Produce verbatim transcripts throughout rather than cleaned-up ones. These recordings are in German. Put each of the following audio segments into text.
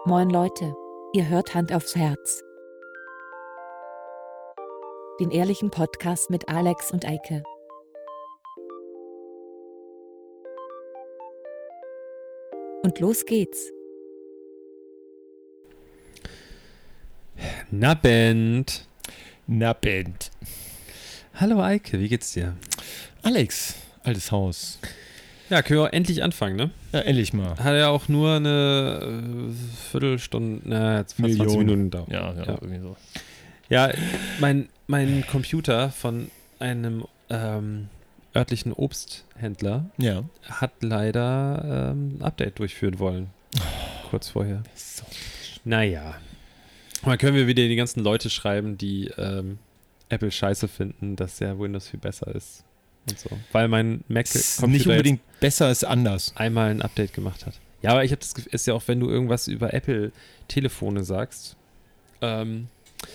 Moin Leute, ihr hört Hand aufs Herz. Den ehrlichen Podcast mit Alex und Eike. Und los geht's. Nabend. Nabend. Hallo Eike, wie geht's dir? Alex, altes Haus. Ja, können wir auch endlich anfangen, ne? Ja, endlich mal. Hat ja auch nur eine äh, Viertelstunde, na, jetzt fast zwanzig Minuten dauert. Ja, ja, ja, irgendwie so. Ja, mein, mein Computer von einem ähm, örtlichen Obsthändler ja. hat leider ähm, ein Update durchführen wollen. Kurz vorher. So. Naja. Mal können wir wieder die ganzen Leute schreiben, die ähm, Apple scheiße finden, dass ja Windows viel besser ist. Und so. Weil mein Mac-Computer nicht unbedingt besser, ist anders. Einmal ein Update gemacht hat. Ja, aber ich habe das Gefühl, ist ja auch, wenn du irgendwas über Apple-Telefone sagst, ähm,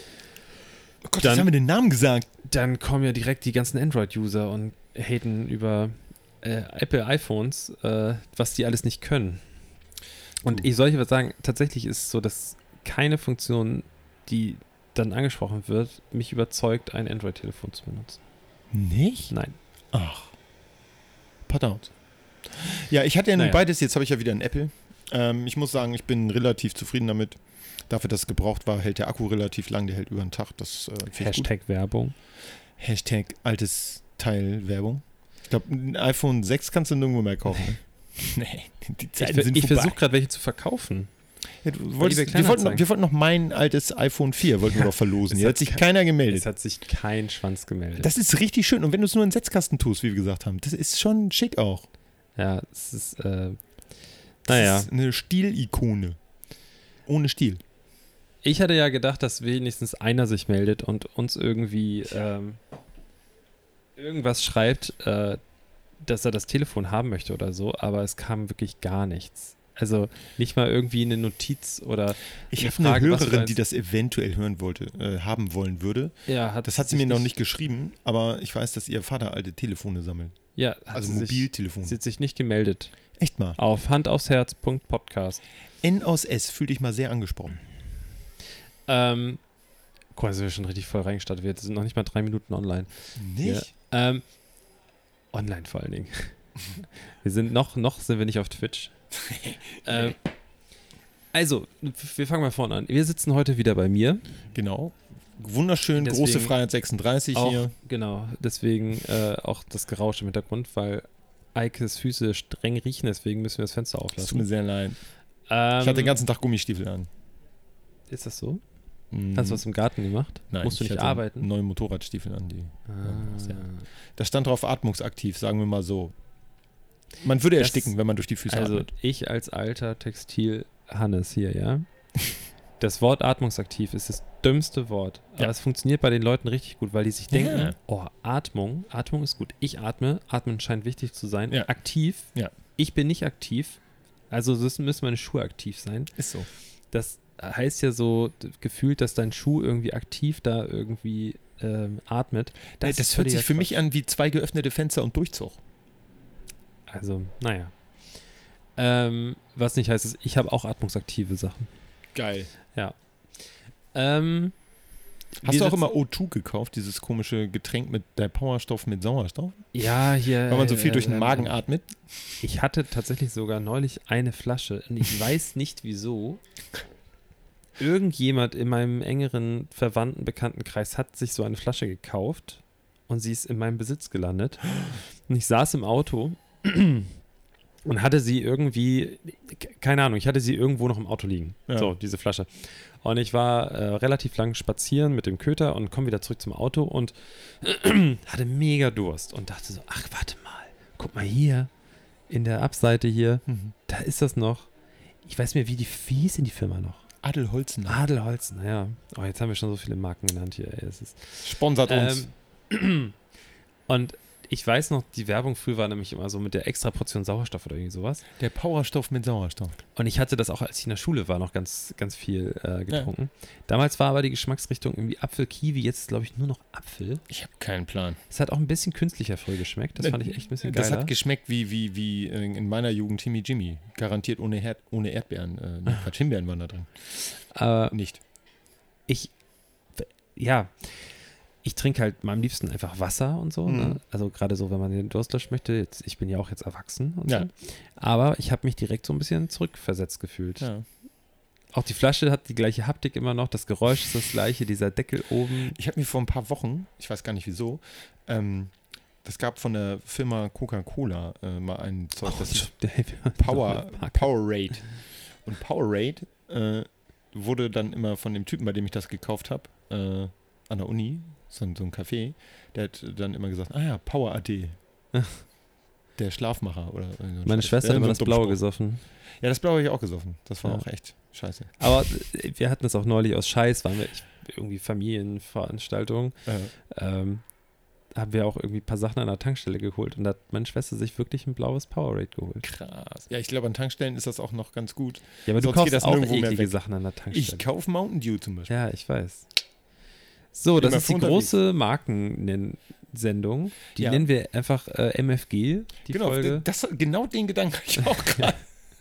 oh Gott, dann, jetzt haben wir den Namen gesagt. Dann kommen ja direkt die ganzen Android-User und haten über äh, Apple-iPhones, äh, was die alles nicht können. Und Uh. ich soll was sagen, tatsächlich ist es so, dass keine Funktion, die dann angesprochen wird, mich überzeugt, ein Android-Telefon zu benutzen. Nicht? Nein. Ach. Pardon. Ja, ich hatte ja nun naja. beides, jetzt habe ich ja wieder ein Apple. Ähm, ich muss sagen, ich bin relativ zufrieden damit. Dafür, dass es gebraucht war, hält der Akku relativ lang, der hält über den Tag. Das, äh, Hashtag gut. Werbung. Hashtag altes Teil Werbung. Ich glaube, ein iPhone sechs kannst du nirgendwo mehr kaufen. Nee, die Zeiten ich sind ich vorbei. versuche gerade welche zu verkaufen. Ja, du wolltest, wir, wollten noch, wir wollten noch mein altes iPhone vier wollten wir noch verlosen. Hier hat sich keiner gemeldet. Es hat sich kein Schwanz gemeldet. Das ist richtig schön. Und wenn du es nur in den Setzkasten tust, wie wir gesagt haben, das ist schon schick auch. Ja, es ist, äh, das naja. ist eine Stilikone. Ohne Stil. Ich hatte ja gedacht, dass wenigstens einer sich meldet und uns irgendwie ähm, irgendwas schreibt, äh, dass er das Telefon haben möchte oder so, aber es kam wirklich gar nichts. Also nicht mal irgendwie eine Notiz oder ich eine habe Frage, eine was Hörerin, du die das eventuell hören wollte, äh, haben wollen würde. Ja, hat das hat sie mir noch nicht geschrieben, aber ich weiß, dass ihr Vater alte Telefone sammelt. Ja, also Mobiltelefone. Sie hat sich nicht gemeldet. Echt mal? Auf handaufsherz Punkt podcast. N aus S, fühl dich mal sehr angesprochen. Ähm, guck mal, da sind wir schon richtig voll reingestartet. Wir sind noch nicht mal drei Minuten online. Nicht? Ja, ähm, online vor allen Dingen. Wir sind noch, noch sind wir nicht auf Twitch. ähm, also, wir fangen mal vorne an. Wir sitzen heute wieder bei mir. Genau. Wunderschön, deswegen große Freiheit sechsunddreißig auch, hier. Genau, deswegen äh, auch das Geräusch im Hintergrund, weil Eikes Füße streng riechen, deswegen müssen wir das Fenster auflassen. Das tut mir sehr leid. Ähm, ich hatte den ganzen Tag Gummistiefel an. Ist das so? Mhm. Hast du was im Garten gemacht? Nein, musst du nicht ich hatte arbeiten? Neue Motorradstiefel an, die. Ah. Ja, da stand drauf atmungsaktiv, sagen wir mal so. Man würde das, ersticken, wenn man durch die Füße also atmet. Also ich als alter Textil-Hannes hier, ja. Das Wort atmungsaktiv ist das dümmste Wort. Aber ja. es funktioniert bei den Leuten richtig gut, weil die sich denken, ja. oh, Atmung, Atmung ist gut. Ich atme, Atmen scheint wichtig zu sein. Ja. Aktiv, ja. Ich bin nicht aktiv. Also müssen meine Schuhe aktiv sein. Ist so. Das heißt ja so gefühlt, dass dein Schuh irgendwie aktiv da irgendwie ähm, atmet. Das, das hört sich für mich an wie zwei geöffnete Fenster und Durchzug. Also, naja. Ähm, was nicht heißt, ist, ich habe auch atmungsaktive Sachen. Geil. Ja. Ähm, Hast du auch immer O zwei gekauft, dieses komische Getränk mit der Powerstoff mit Sauerstoff? Ja, hier. Weil man so viel äh, durch den äh, Magen atmet? Ich hatte tatsächlich sogar neulich eine Flasche und ich weiß nicht wieso. Irgendjemand in meinem engeren Verwandten, Bekanntenkreis hat sich so eine Flasche gekauft und sie ist in meinem Besitz gelandet. Und ich saß im Auto und hatte sie irgendwie, keine Ahnung, ich hatte sie irgendwo noch im Auto liegen. Ja. So, diese Flasche. Und ich war äh, relativ lang spazieren mit dem Köter und komme wieder zurück zum Auto und hatte mega Durst und dachte so, ach, warte mal, guck mal hier, in der Abseite hier, mhm. da ist das noch. Ich weiß mir, wie die, wie hieß denn die Firma noch? Adelholzen. Adelholzen, ja. Oh, jetzt haben wir schon so viele Marken genannt hier. Ey. Es ist, sponsert uns. Ähm, und Ich weiß noch, die Werbung früher war nämlich immer so mit der extra Portion Sauerstoff oder irgendwie sowas. Der Powerstoff mit Sauerstoff. Und ich hatte das auch, als ich in der Schule war, noch ganz, ganz viel äh, getrunken. Ja. Damals war aber die Geschmacksrichtung irgendwie Apfel-Kiwi, jetzt glaube ich nur noch Apfel. Ich habe keinen Plan. Es hat auch ein bisschen künstlicher früh geschmeckt, das fand ich echt ein bisschen geiler. Das hat geschmeckt wie, wie, wie in meiner Jugend Timmy Jimmy. Garantiert ohne, Herd, ohne Erdbeeren. Äh, nee, Quatsch, Himbeeren waren da drin. Aber Nicht. Ich, ja... Ich trinke halt am liebsten einfach Wasser und so. Mhm. Ne? Also gerade so, wenn man den Durst löschen möchte. Jetzt, ich bin ja auch jetzt erwachsen und ja. so. Aber ich habe mich direkt so ein bisschen zurückversetzt gefühlt. Ja. Auch die Flasche hat die gleiche Haptik immer noch. Das Geräusch ist das gleiche, dieser Deckel oben. Ich habe mir vor ein paar Wochen, ich weiß gar nicht wieso, ähm, das gab von der Firma Coca-Cola äh, mal ein Zeug, das ist Power, Powerade. Und Powerade äh, wurde dann immer von dem Typen, bei dem ich das gekauft habe, äh, an der Uni, so, so ein Café, der hat dann immer gesagt, ah ja, Power A D. Der Schlafmacher. Oder so Meine Schwester hat immer das Blaue gesoffen. Ja, das Blaue habe ich auch gesoffen. Das war ja. auch echt scheiße. Aber wir hatten das auch neulich aus Scheiß, waren wir irgendwie Familienveranstaltungen. Ja. Ähm, haben wir auch irgendwie ein paar Sachen an der Tankstelle geholt und da hat meine Schwester sich wirklich ein blaues Powerade geholt. Krass. Ja, ich glaube, an Tankstellen ist das auch noch ganz gut. Ja, aber Sonst du kaufst das auch eklige Sachen an der Tankstelle. Ich kaufe Mountain Dew zum Beispiel. Ja, ich weiß. So, das Immer ist die große Markensendung. Die ja. nennen wir einfach äh, M F G, die genau, Folge. Das, genau den Gedanken habe ich auch gerade.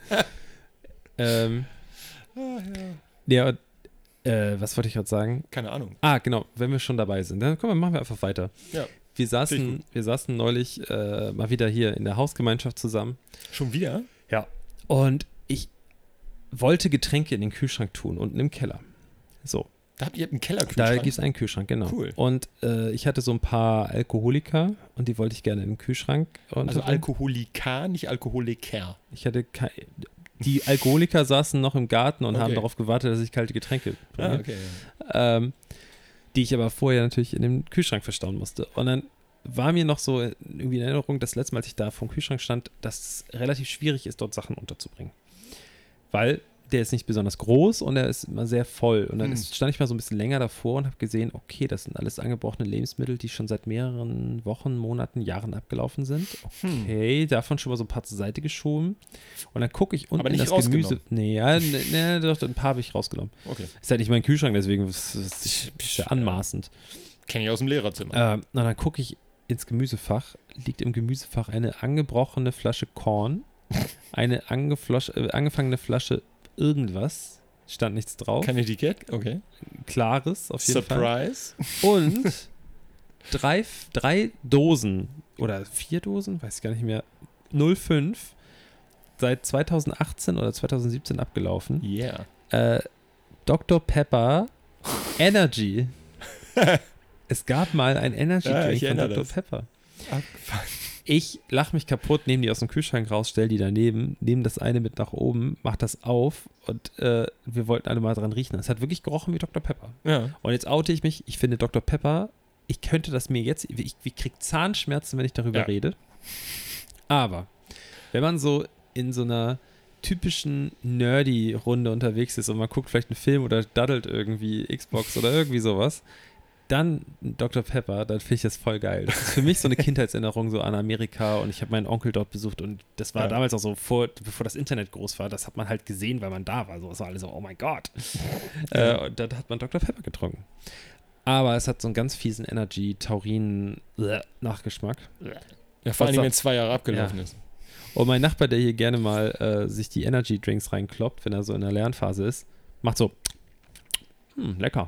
ähm, ah, ja, ja äh, was wollte ich gerade sagen? Keine Ahnung. Ah, genau, wenn wir schon dabei sind. Dann komm, machen wir einfach weiter. Ja. Wir saßen, wir saßen neulich äh, mal wieder hier in der Hausgemeinschaft zusammen. Schon wieder? Ja. Und ich wollte Getränke in den Kühlschrank tun, unten im Keller. So. Da habt ihr einen Kellerkühlschrank? Da gibt es einen Kühlschrank, genau. Cool. Und äh, ich hatte so ein paar Alkoholiker und die wollte ich gerne in den Kühlschrank. Also Alkoholiker, nicht Alkoholiker. Ich hatte keine... Die Alkoholiker saßen noch im Garten und okay. haben darauf gewartet, dass ich kalte Getränke bringe. Ah, okay, ja. ähm, die ich aber vorher natürlich in den Kühlschrank verstauen musste. Und dann war mir noch so irgendwie in Erinnerung, das letzte Mal, als ich da vor dem Kühlschrank stand, dass es relativ schwierig ist, dort Sachen unterzubringen. Weil der ist nicht besonders groß und er ist immer sehr voll. Und dann hm. ist, stand ich mal so ein bisschen länger davor und habe gesehen, okay, das sind alles angebrochene Lebensmittel, die schon seit mehreren Wochen, Monaten, Jahren abgelaufen sind. Okay, hm. davon schon mal so ein paar zur Seite geschoben. Und dann gucke ich unten Aber nicht in das Gemüse. Nee, ja, nee, nee, doch, ein paar habe ich rausgenommen. Okay. Ist halt nicht mein Kühlschrank, deswegen ist es ja anmaßend. Kenne ich aus dem Lehrerzimmer. Ähm, und dann gucke ich ins Gemüsefach, liegt im Gemüsefach eine angebrochene Flasche Korn, eine äh, angefangene Flasche irgendwas, stand nichts drauf. Kein Etikett, okay. Klares, auf jeden Surprise. Fall. Und drei, drei Dosen oder vier Dosen, weiß ich gar nicht mehr, null fünf, seit zweitausendachtzehn oder zweitausendsiebzehn abgelaufen. Yeah. Äh, Doktor Pepper Energy. Es gab mal ein Energy Drink ja, von Doktor das. Pepper. Abgefahren. Ich lach mich kaputt, nehme die aus dem Kühlschrank raus, stell die daneben, nehme das eine mit nach oben, mach das auf und äh, wir wollten alle mal dran riechen. Es hat wirklich gerochen wie Doktor Pepper. Ja. Und jetzt oute ich mich, ich finde Doktor Pepper, ich könnte das mir jetzt, ich, ich kriege Zahnschmerzen, wenn ich darüber ja. rede. Aber wenn man so in so einer typischen Nerdy-Runde unterwegs ist und man guckt vielleicht einen Film oder daddelt irgendwie Xbox oder irgendwie sowas, dann Doktor Pepper, dann finde ich das voll geil. Das ist für mich so eine Kindheitserinnerung so an Amerika und ich habe meinen Onkel dort besucht und das war ja. damals auch so, vor, bevor das Internet groß war, das hat man halt gesehen, weil man da war. So, es war alles so, oh mein Gott. Ja. Äh, und dann hat man Doktor Pepper getrunken. Aber es hat so einen ganz fiesen Energy-Taurin-Nachgeschmack. Ja, vor allem, wenn zwei Jahre abgelaufen ja. ist. Und mein Nachbar, der hier gerne mal äh, sich die Energy-Drinks reinkloppt, wenn er so in der Lernphase ist, macht so, hm, lecker.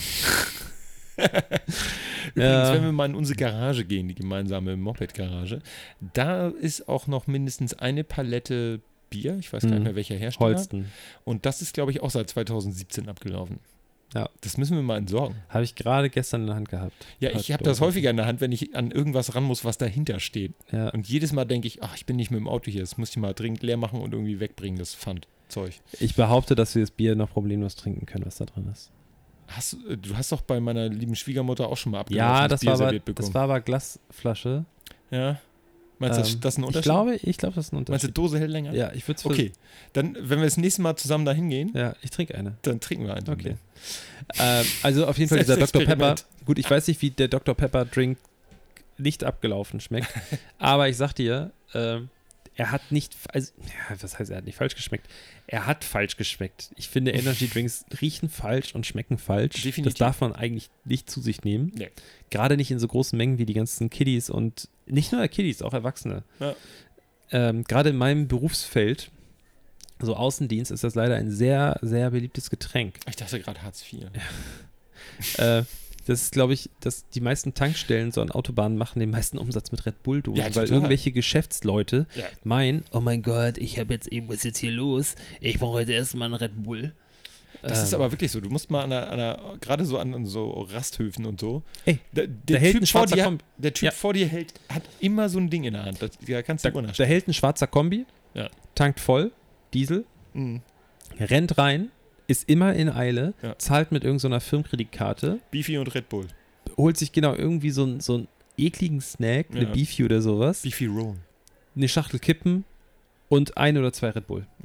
Übrigens, ja. wenn wir mal in unsere Garage gehen, die gemeinsame Moped-Garage, da ist auch noch mindestens eine Palette Bier, ich weiß gar nicht mehr welcher Hersteller. Holsten. Und das ist, glaube ich, auch seit zweitausendsiebzehn abgelaufen. Ja. Das müssen wir mal entsorgen. Habe ich gerade gestern in der Hand gehabt. Ja, ich habe das häufiger in der Hand, wenn ich an irgendwas ran muss, was dahinter steht. Ja. Und jedes Mal denke ich, ach, ich bin nicht mit dem Auto hier, das muss ich mal dringend leer machen und irgendwie wegbringen, das Pfandzeug. Ich behaupte, dass wir das Bier noch problemlos trinken können, was da drin ist. Hast, du hast doch bei meiner lieben Schwiegermutter auch schon mal abgelaufenes ja, das Bier war serviert aber, bekommen. das war aber Glasflasche. Ja. Meinst du, ähm, das ist ein Unterschied? Ich glaube, ich glaube, das ist ein Unterschied. Meinst du, Dose hält länger? Ja, ich würde es Okay, dann, wenn wir das nächste Mal zusammen da hingehen, ja, ich trinke eine. Dann trinken wir eine. Okay. ähm, also auf jeden Fall dieser Doktor Pepper. Gut, ich weiß nicht, wie der Doktor Pepper Drink nicht abgelaufen schmeckt. Aber ich sag dir, äh, er hat nicht, also, ja, was heißt, er hat nicht falsch geschmeckt? Er hat falsch geschmeckt. Ich finde, Energy Drinks riechen falsch und schmecken falsch. Definitiv. Das darf man eigentlich nicht zu sich nehmen. Nee. Gerade nicht in so großen Mengen wie die ganzen Kiddies und nicht nur Kiddies, auch Erwachsene. Ja. Ähm, gerade in meinem Berufsfeld, so Außendienst, ist das leider ein sehr, sehr beliebtes Getränk. Ich dachte gerade Hartz vier. Ja. äh, Das ist, glaube ich, dass die meisten Tankstellen so an Autobahnen machen den meisten Umsatz mit Red Bull-Dosen, Ja, weil total. irgendwelche Geschäftsleute Ja. meinen, oh mein Gott, ich habe jetzt eben, was ist jetzt hier los? Ich brauche heute erstmal einen Red Bull. Das Ähm, ist aber wirklich so. Du musst mal an einer, an einer gerade so an, an so Rasthöfen und so. Ey, der, da der hält ein Typ, vor schwarzer dir, Kombi. der Typ Ja. vor dir hält, hat immer so ein Ding in der Hand. Das, da kannst du Da, nicht da hält ein schwarzer Kombi, Ja. tankt voll, Diesel, mhm. rennt rein, ist immer in Eile, Ja. zahlt mit irgendeiner Firmenkreditkarte, Beefy und Red Bull. holt sich genau irgendwie so, ein- so einen ekligen Snack, eine Ja. Beefy oder sowas, Beefy Roll. eine Schachtel Kippen und ein oder zwei Red Bull.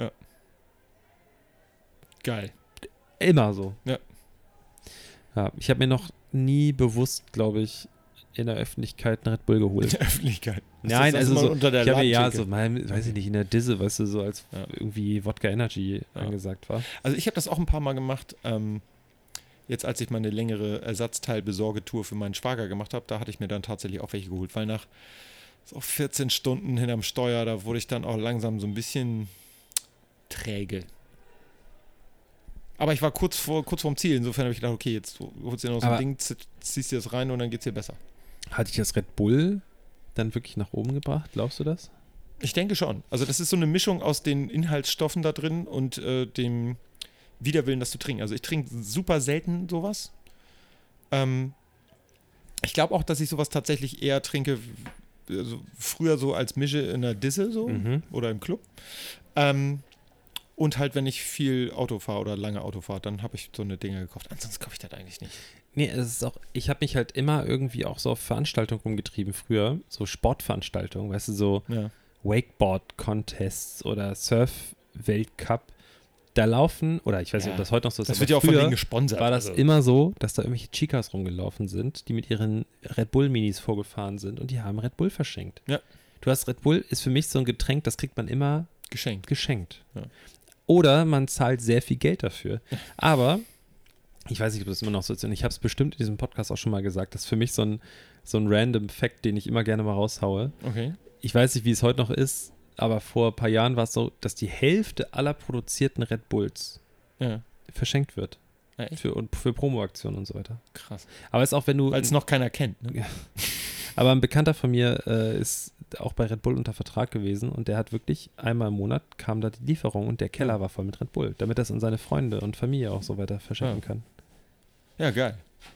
Geil. Immer so. Ja. Ja, ich habe mir noch nie bewusst, glaube ich, in der Öffentlichkeit einen Red Bull In geholt. der Öffentlichkeit. Hast Nein, du das also mal so, unter der ich habe mir ja Ladentheke? so, mal, weiß ich nicht, in der Disse, weißt du, so als Ja. irgendwie Wodka Energy Ja. angesagt war. Also ich habe das auch ein paar Mal gemacht. Ähm, jetzt, als ich meine längere Ersatzteilbesorgetour für meinen Schwager gemacht habe, da hatte ich mir dann tatsächlich auch welche geholt, weil nach so vierzehn Stunden hinterm Steuer, da wurde ich dann auch langsam so ein bisschen träge. Aber ich war kurz vor kurz vorm Ziel, insofern habe ich gedacht, okay, jetzt holst du dir noch so ein Aber- Ding, z- ziehst dir das rein und dann geht's dir besser. Hatte ich das Red Bull dann wirklich nach oben gebracht? Glaubst du das? Ich denke schon. Also das ist so eine Mischung aus den Inhaltsstoffen da drin und äh, dem Widerwillen, das zu trinken. Also ich trinke super selten sowas. Ähm, ich glaube auch, dass ich sowas tatsächlich eher trinke, also früher so als Mische in der Disse so Mhm. oder im Club. Ähm, und halt, wenn ich viel Auto fahre oder lange Auto fahre, dann habe ich so eine Dinge gekauft. Ansonsten kaufe ich das eigentlich nicht. Nee, es ist auch, ich habe mich halt immer irgendwie auch so auf Veranstaltungen rumgetrieben früher, so Sportveranstaltungen, weißt du, so Ja. Wakeboard-Contests oder Surf-Weltcup. Da laufen, oder ich weiß nicht, Ja. ob das heute noch so ist, Das aber wird ja auch von früher denen gesponsert. war das also. immer so, dass da irgendwelche Chicas rumgelaufen sind, die mit ihren Red Bull-Minis vorgefahren sind und die haben Red Bull verschenkt. Ja. Du hast Red Bull, ist für mich so ein Getränk, das kriegt man immer geschenkt. geschenkt. Ja. Oder man zahlt sehr viel Geld dafür. Aber ich weiß nicht, ob das immer noch so ist. Und ich habe es bestimmt in diesem Podcast auch schon mal gesagt. Das ist für mich so ein, so ein random Fact, den ich immer gerne mal raushaue. Okay. Ich weiß nicht, wie es heute noch ist, aber vor ein paar Jahren war es so, dass die Hälfte aller produzierten Red Bulls Ja. verschenkt wird. Ja, echt? Für, und für Promoaktionen und so weiter. Krass. Aber es ist auch, wenn du. Weil es noch keiner kennt, ne? Aber ein Bekannter von mir äh, ist auch bei Red Bull unter Vertrag gewesen und der hat wirklich einmal im Monat kam da die Lieferung und der Keller war voll mit Red Bull, damit er es an seine Freunde und Familie auch so weiter verschenken Ja. kann. Ja, geil.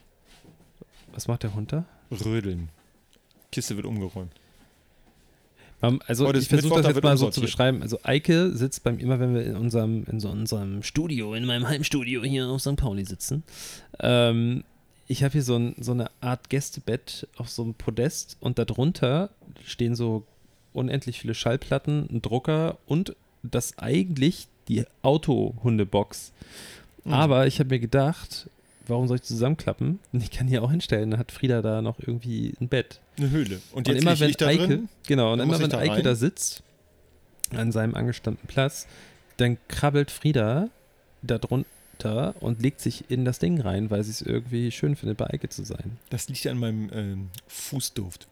Was macht der Hund da? Rödeln. Kiste wird umgeräumt. Ähm, Also Heute ich ist versuche Mittwoch, das da jetzt wird mal so zu umsortiert. beschreiben. Also Eike sitzt beim, immer wenn wir in unserem, in so unserem Studio, in meinem Heimstudio hier auf Sankt Pauli sitzen, ähm, ich habe hier so, ein, so eine Art Gästebett auf so einem Podest und darunter stehen so unendlich viele Schallplatten, ein Drucker und das eigentlich die Autohundebox. Mhm. Aber ich habe mir gedacht, warum soll ich zusammenklappen? Ich kann hier auch hinstellen, dann hat Frieda da noch irgendwie ein Bett. Eine Höhle. Und Und jetzt immer lieg wenn ich da Eike, drin. genau, und dann immer muss ich wenn da Eike rein. da sitzt, an seinem angestammten Platz, dann krabbelt Frieda da drunter und legt sich in das Ding rein, weil sie es irgendwie schön findet, bei Eike zu sein. Das liegt ja an meinem ähm, Fußduft.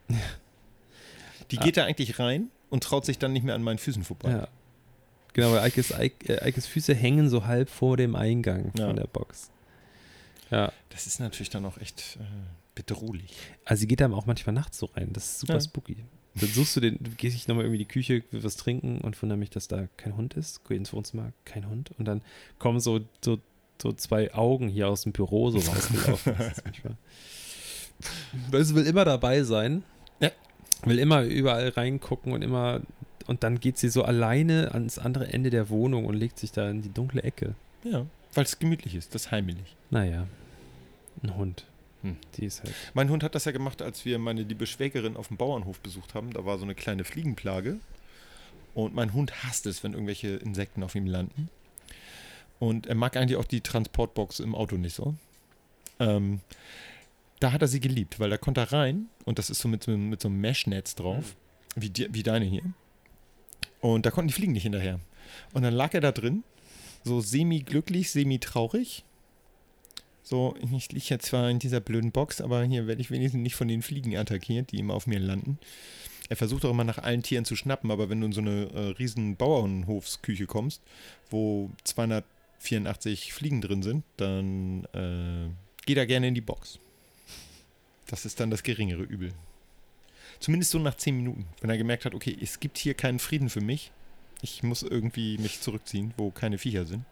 Die Ah. geht da eigentlich rein und traut sich dann nicht mehr an meinen Füßen vorbei. Ja. Genau, weil Eikes, Eike, äh, Eikes Füße hängen so halb vor dem Eingang Ja. von der Box. Ja. Das ist natürlich dann auch echt äh, bedrohlich. Also sie geht da auch manchmal nachts so rein. Das ist super Ja. spooky. Dann suchst du den, du gehst dich nochmal irgendwie in die Küche, will was trinken und wundere mich, dass da kein Hund ist. Geh ins Wohnzimmer, kein Hund. Und dann kommen so, so, so zwei Augen hier aus dem Büro so rausgelaufen. Das ist manchmal. Weil es will immer dabei sein. Ja. Will immer überall reingucken und immer. Und dann geht sie so alleine ans andere Ende der Wohnung und legt sich da in die dunkle Ecke. Ja, weil es gemütlich ist, das ist heimelig. Naja, ein Hund. Hm. Die ist halt. Mein Hund hat das ja gemacht, als wir meine liebe Schwägerin auf dem Bauernhof besucht haben. Da war so eine kleine Fliegenplage. Und mein Hund hasst es, wenn irgendwelche Insekten auf ihm landen. Und er mag eigentlich auch die Transportbox im Auto nicht so. Ähm, Da hat er sie geliebt, weil da konnte er rein und das ist so mit, mit so einem Mesh-Netz drauf, mhm. wie, die, wie deine hier. Und da konnten die Fliegen nicht hinterher. Und dann lag er da drin, so semi-glücklich, semi-traurig. So, ich liege jetzt zwar in dieser blöden Box, aber hier werde ich wenigstens nicht von den Fliegen attackiert, die immer auf mir landen. Er versucht auch immer nach allen Tieren zu schnappen, aber wenn du in so eine äh, riesen Bauernhofsküche kommst, wo zweihundertvierundachtzig Fliegen drin sind, dann äh, geht er gerne in die Box. Das ist dann das geringere Übel. Zumindest so nach zehn Minuten, wenn er gemerkt hat, okay, es gibt hier keinen Frieden für mich. Ich muss irgendwie mich zurückziehen, wo keine Viecher sind.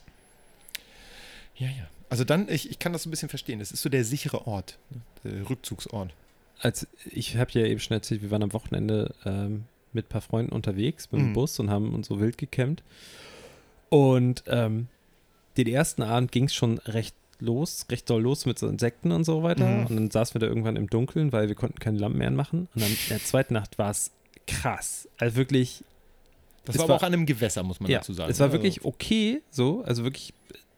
Ja, ja. Also dann, ich, ich kann das so ein bisschen verstehen. Das ist so der sichere Ort, ne? Der Rückzugsort. Als, ich habe ja eben schon erzählt, wir waren am Wochenende ähm, mit ein paar Freunden unterwegs mit dem Mhm. Bus und haben uns so wild gecampt. Und ähm, den ersten Abend ging es schon recht los, recht doll los mit so Insekten und so weiter. Mhm. Und dann saßen wir da irgendwann im Dunkeln, weil wir konnten keine Lampen mehr anmachen. Und dann in der zweiten Nacht war es krass. Also wirklich. Das es war aber auch an einem Gewässer, muss man ja, dazu sagen. es war Also- wirklich okay, so, also wirklich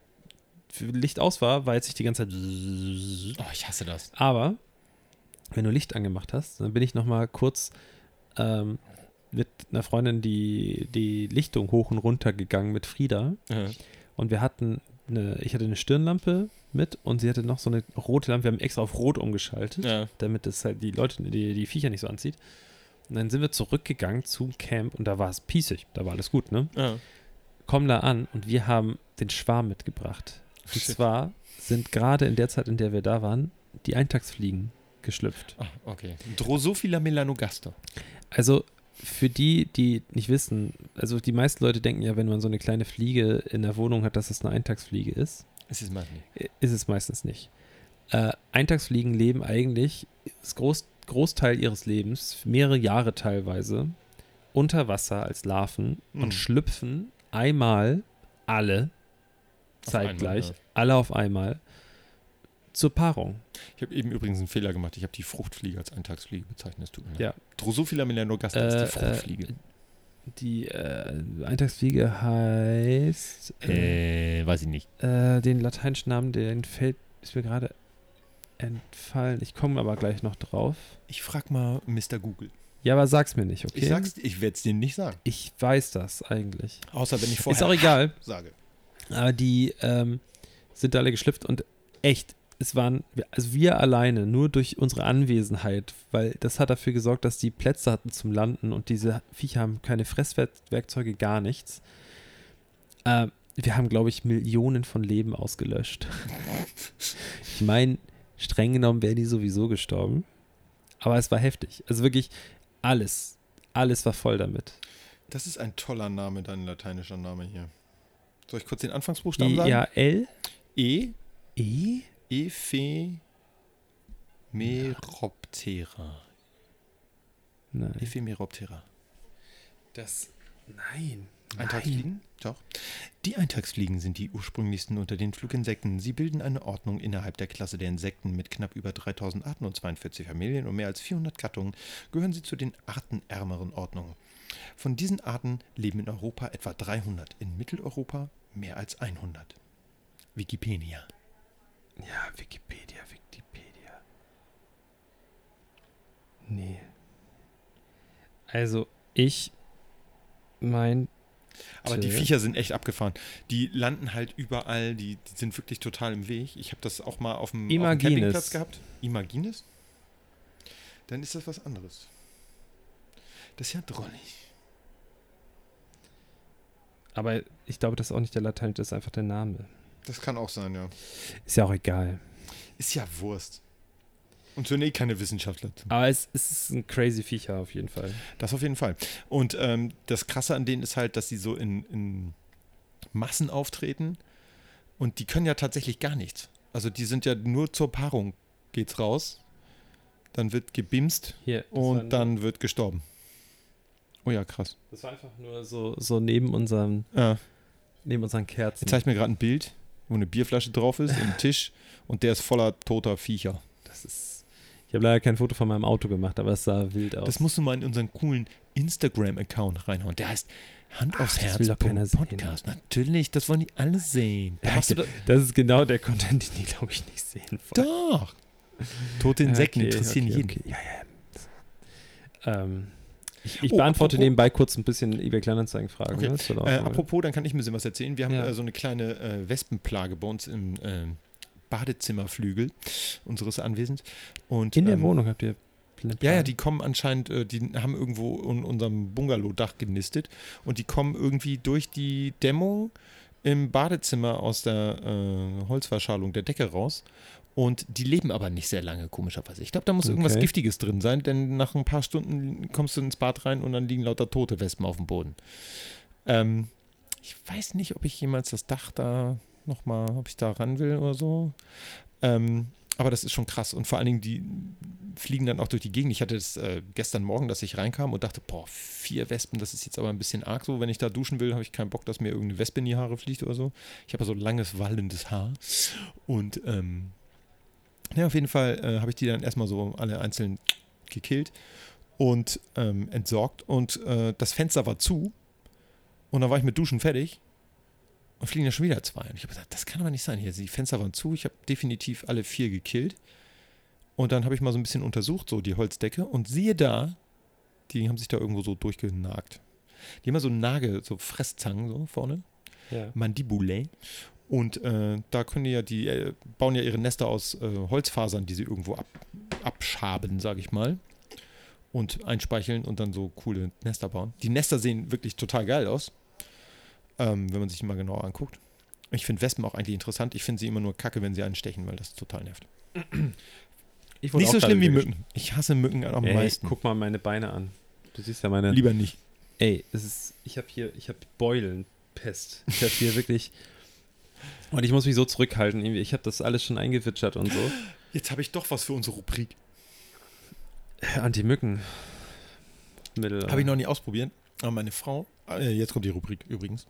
für Licht aus war, war jetzt nicht die ganze Zeit. Oh, ich hasse das. Aber wenn du Licht angemacht hast, dann bin ich noch mal kurz ähm, mit einer Freundin die, die Lichtung hoch und runter gegangen mit Frieda. Ja. Und wir hatten eine, ich hatte eine Stirnlampe mit und sie hatte noch so eine rote Lampe. Wir haben extra auf Rot umgeschaltet, Ja. damit es halt die Leute, die, die Viecher nicht so anzieht. Und dann sind wir zurückgegangen zum Camp und da war es pießig. Da war alles gut, ne? Ja. Kommen da an und wir haben den Schwarm mitgebracht. Und Shit. zwar sind gerade in der Zeit, in der wir da waren, die Eintagsfliegen geschlüpft. Ah, okay. Drosophila melanogaster. Also für die, die nicht wissen, also die meisten Leute denken ja, wenn man so eine kleine Fliege in der Wohnung hat, dass es eine Eintagsfliege ist. Es ist mal nicht. Ist es meistens nicht. Äh, Eintagsfliegen leben eigentlich das Groß, Großteil ihres Lebens, mehrere Jahre teilweise, unter Wasser als Larven Mhm. und schlüpfen einmal alle Auf zeitgleich, einmal, ja. alle auf einmal zur Paarung. Ich habe eben übrigens einen Fehler gemacht. Ich habe die Fruchtfliege als Eintagsfliege bezeichnet. Das tut mir leid. Ja. Drosophila melanogaster Äh, ist die Fruchtfliege. äh, Die äh, Eintagsfliege heißt Äh, weiß ich nicht. äh, den lateinischen Namen, den fällt, ist mir gerade entfallen. Ich komme aber gleich noch drauf. Ich frag mal Mister Google. Ja, aber sag's mir nicht, okay? Ich sag's, ich werde es dir nicht sagen. Ich weiß das eigentlich. Außer wenn ich vorher Ist auch egal. sage. Aber die ähm, sind alle geschlüpft und echt, es waren, also wir alleine, nur durch unsere Anwesenheit, weil das hat dafür gesorgt, dass die Plätze hatten zum Landen und diese Viecher haben keine Fresswerkzeuge, gar nichts. Äh, wir haben, glaube ich, Millionen von Leben ausgelöscht. Ich meine, streng genommen wären die sowieso gestorben. Aber es war heftig. Also wirklich alles, alles war voll damit. Das ist ein toller Name, dein lateinischer Name hier. Soll ich kurz den Anfangsbuchstaben I, sagen? ja, L, E. E, Ephemeroptera. nein. Ephemeroptera. Das, nein. Eintagsfliegen? Doch. Die Eintagsfliegen sind die ursprünglichsten unter den Fluginsekten. Sie bilden eine Ordnung innerhalb der Klasse der Insekten mit knapp über dreitausend Arten und zweiundvierzig Familien und mehr als vierhundert Gattungen gehören sie zu den artenärmeren Ordnungen. Von diesen Arten leben in Europa etwa dreihundert, in Mitteleuropa mehr als hundert. Wikipedia. Ja, Wikipedia, Wikipedia. Nee. Also, ich mein. Aber die Viecher sind echt abgefahren. Die landen halt überall, die, die sind wirklich total im Weg. Ich habe das auch mal auf dem, auf dem Imagines. Campingplatz gehabt. Imagines? Dann ist das was anderes. Das ist ja drollig. Aber ich glaube, das ist auch nicht der Latein, das ist einfach der Name. Das kann auch sein, ja. Ist ja auch egal. Ist ja Wurst. Und so eh keine Wissenschaftler. Aber es, es ist ein crazy Viecher auf jeden Fall. Das auf jeden Fall. Und ähm, das Krasse an denen ist halt, dass sie so in, in Massen auftreten und die können ja tatsächlich gar nichts. Also die sind ja nur zur Paarung geht's raus, dann wird gebimst Hier. das war und nur- dann wird gestorben. Oh ja, krass. Das war einfach nur so, so neben unserem, Ja. neben unseren Kerzen. Jetzt zeigt mir gerade ein Bild, wo eine Bierflasche drauf ist, ein Tisch und der ist voller toter Viecher. Das ist. Ich habe leider kein Foto von meinem Auto gemacht, aber es sah wild aus. Das musst du mal in unseren coolen Instagram-Account reinhauen. Der heißt Hand Ach, aufs das Herz. will doch keiner sehen. Podcast. Natürlich, das wollen die alle sehen. Da Ja, machst du das, das ist genau der Content, den die, glaube ich, nicht sehen wollen. doch. Tote Insekten okay, interessieren okay, jeden. Okay. Ja, ja. Ähm, ich ich Oh, beantworte apropos- nebenbei kurz ein bisschen eBay Kleinanzeigen-Fragen. Okay. Ne? Das wird auch- Äh, apropos, dann kann ich ein bisschen was erzählen. Wir haben Ja. äh, so eine kleine äh, Wespenplage bei uns im äh, Badezimmerflügel unseres Anwesens. Und, In der ähm, Wohnung habt ihr Ja, ja, die kommen anscheinend, äh, die haben irgendwo in unserem Bungalow-Dach genistet und die kommen irgendwie durch die Dämmung im Badezimmer aus der äh, Holzverschalung der Decke raus und die leben aber nicht sehr lange, komischerweise. Ich glaube, da muss irgendwas Okay. Giftiges drin sein, denn nach ein paar Stunden kommst du ins Bad rein und dann liegen lauter tote Wespen auf dem Boden. Ähm, ich weiß nicht, ob ich jemals das Dach da nochmal, ob ich da ran will oder so. Ähm, aber das ist schon krass und vor allen Dingen, die fliegen dann auch durch die Gegend. Ich hatte das äh, gestern Morgen, dass ich reinkam und dachte, boah, vier Wespen, das ist jetzt aber ein bisschen arg so. Wenn ich da duschen will, habe ich keinen Bock, dass mir irgendeine Wespe in die Haare fliegt oder so. Ich habe ja so langes, wallendes Haar. Und ähm, ja, auf jeden Fall äh, habe ich die dann erstmal so alle einzeln gekillt und ähm, entsorgt. Und äh, das Fenster war zu und dann war ich mit Duschen fertig. Und fliegen ja schon wieder zwei. Und ich habe gesagt, das kann aber nicht sein. Hier, die Fenster waren zu. Ich habe definitiv alle vier gekillt. Und dann habe ich mal so ein bisschen untersucht, so die Holzdecke. Und siehe da, die haben sich da irgendwo so durchgenagt. Die haben ja so Nagel, so Fresszangen so vorne. Ja. Mandibulae. Und äh, da können die ja, die äh, bauen ja ihre Nester aus äh, Holzfasern, die sie irgendwo ab, abschaben, sage ich mal. Und einspeicheln und dann so coole Nester bauen. Die Nester sehen wirklich total geil aus. Ähm, wenn man sich die mal genauer anguckt. Ich finde Wespen auch eigentlich interessant. Ich finde sie immer nur kacke, wenn sie einen stechen, weil das total nervt. Ich wurde Nicht auch so gerade schlimm wie wieder Mücken. Ich hasse Mücken am Ey, meisten. guck mal meine Beine an. Du siehst ja meine... Lieber nicht. Ey, es ist... Ich habe hier... Ich habe Beulenpest. Ich habe hier wirklich... Und ich muss mich so zurückhalten. Irgendwie. Ich habe das alles schon eingewitschert und so. Jetzt habe ich doch was für unsere Rubrik. Anti-Mücken. Mittel. Habe ich noch nie ausprobiert. Aber meine Frau... Äh, jetzt kommt die Rubrik übrigens.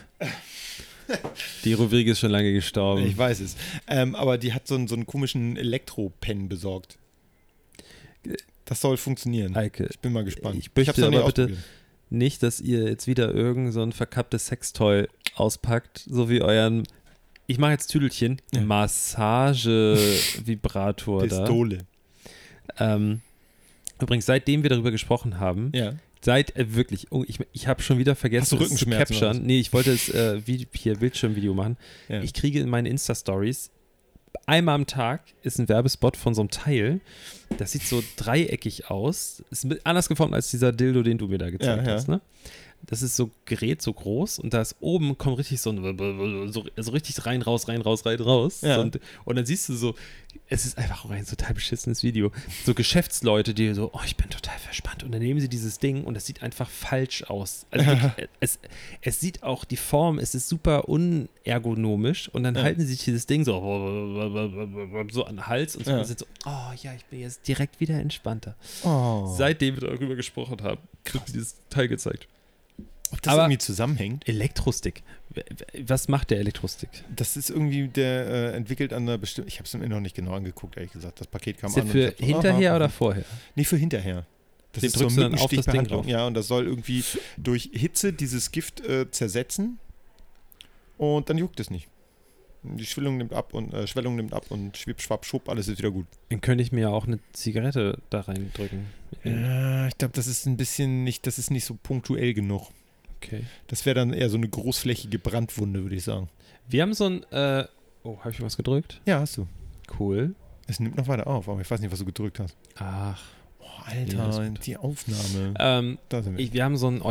Die Rubrik ist schon lange gestorben. Ich weiß es. Ähm, aber die hat so einen, so einen komischen Elektro-Pen besorgt. Das soll funktionieren. Eike, Ich bin mal gespannt. ich möchte hab's noch nie aber bitte ausprobiert. nicht, dass ihr jetzt wieder irgend so ein verkapptes Sextoy auspackt, so wie euren, ich mache jetzt Tüdelchen, Ja. Massage-Vibrator da. Pistole. Ähm, übrigens, seitdem wir darüber gesprochen haben, Ja. seit äh, wirklich, oh, ich, ich habe schon wieder vergessen, Hast du es zu Rückenschmerzen oder capturen. Nee, ich wollte es äh, wie, hier Bildschirmvideo machen. Ja. Ich kriege in meinen Insta-Stories einmal am Tag ist ein Werbespot von so einem Teil. Das sieht so dreieckig aus. Ist mit- anders geformt als dieser Dildo, den du mir da gezeigt Ja, ja. hast. Ne? Das ist so Gerät, so groß. Und da ist oben, kommt richtig so, ein, so, so richtig rein, raus, rein, raus, rein, raus. Ja. So, und, und dann siehst du so, es ist einfach auch ein total beschissenes Video. So Geschäftsleute, die so, oh, ich bin total verspannt. Und dann nehmen sie dieses Ding und es sieht einfach falsch aus. Also wirklich, es, es sieht auch die Form, es ist super unergonomisch. Und dann Ja. halten sie sich dieses Ding so, so an den Hals und so, Ja. und sind so, oh ja, ich bin jetzt direkt wieder entspannter. Oh. Seitdem wir darüber gesprochen haben, wird dieses Teil gezeigt. Ob das Aber- irgendwie zusammenhängt? Elektrostick. W- w- Was macht der Elektrostick? Das ist irgendwie der äh, entwickelt an einer bestimmten. Ich habe es mir noch nicht genau angeguckt, ehrlich gesagt. Das Paket kam Ist der an. und für ich hab so, hinterher aha, oder aha. vorher? Nee, für hinterher. Das Den ist zur drückst du dann auf das Ding Mückenstichbehandlung. drauf. Ja, und das soll irgendwie durch Hitze dieses Gift äh, zersetzen und dann juckt es nicht. Die Schwellung nimmt ab und äh, Schwellung nimmt ab und schwipp, schwapp, schupp, alles ist wieder gut. Dann könnte ich mir ja auch eine Zigarette da reindrücken. Ja, ich glaube, das ist ein bisschen nicht, das ist nicht so punktuell genug. Okay. Das wäre dann eher so eine großflächige Brandwunde, würde ich sagen. Wir haben so ein, äh, oh, habe ich was gedrückt? Ja, hast du. Cool. Es nimmt noch weiter auf, aber ich weiß nicht, was du gedrückt hast. Ach. Oh, Ja, Alter, ist gut. die Aufnahme. Ähm, Da sind wir. ich, wir haben so ein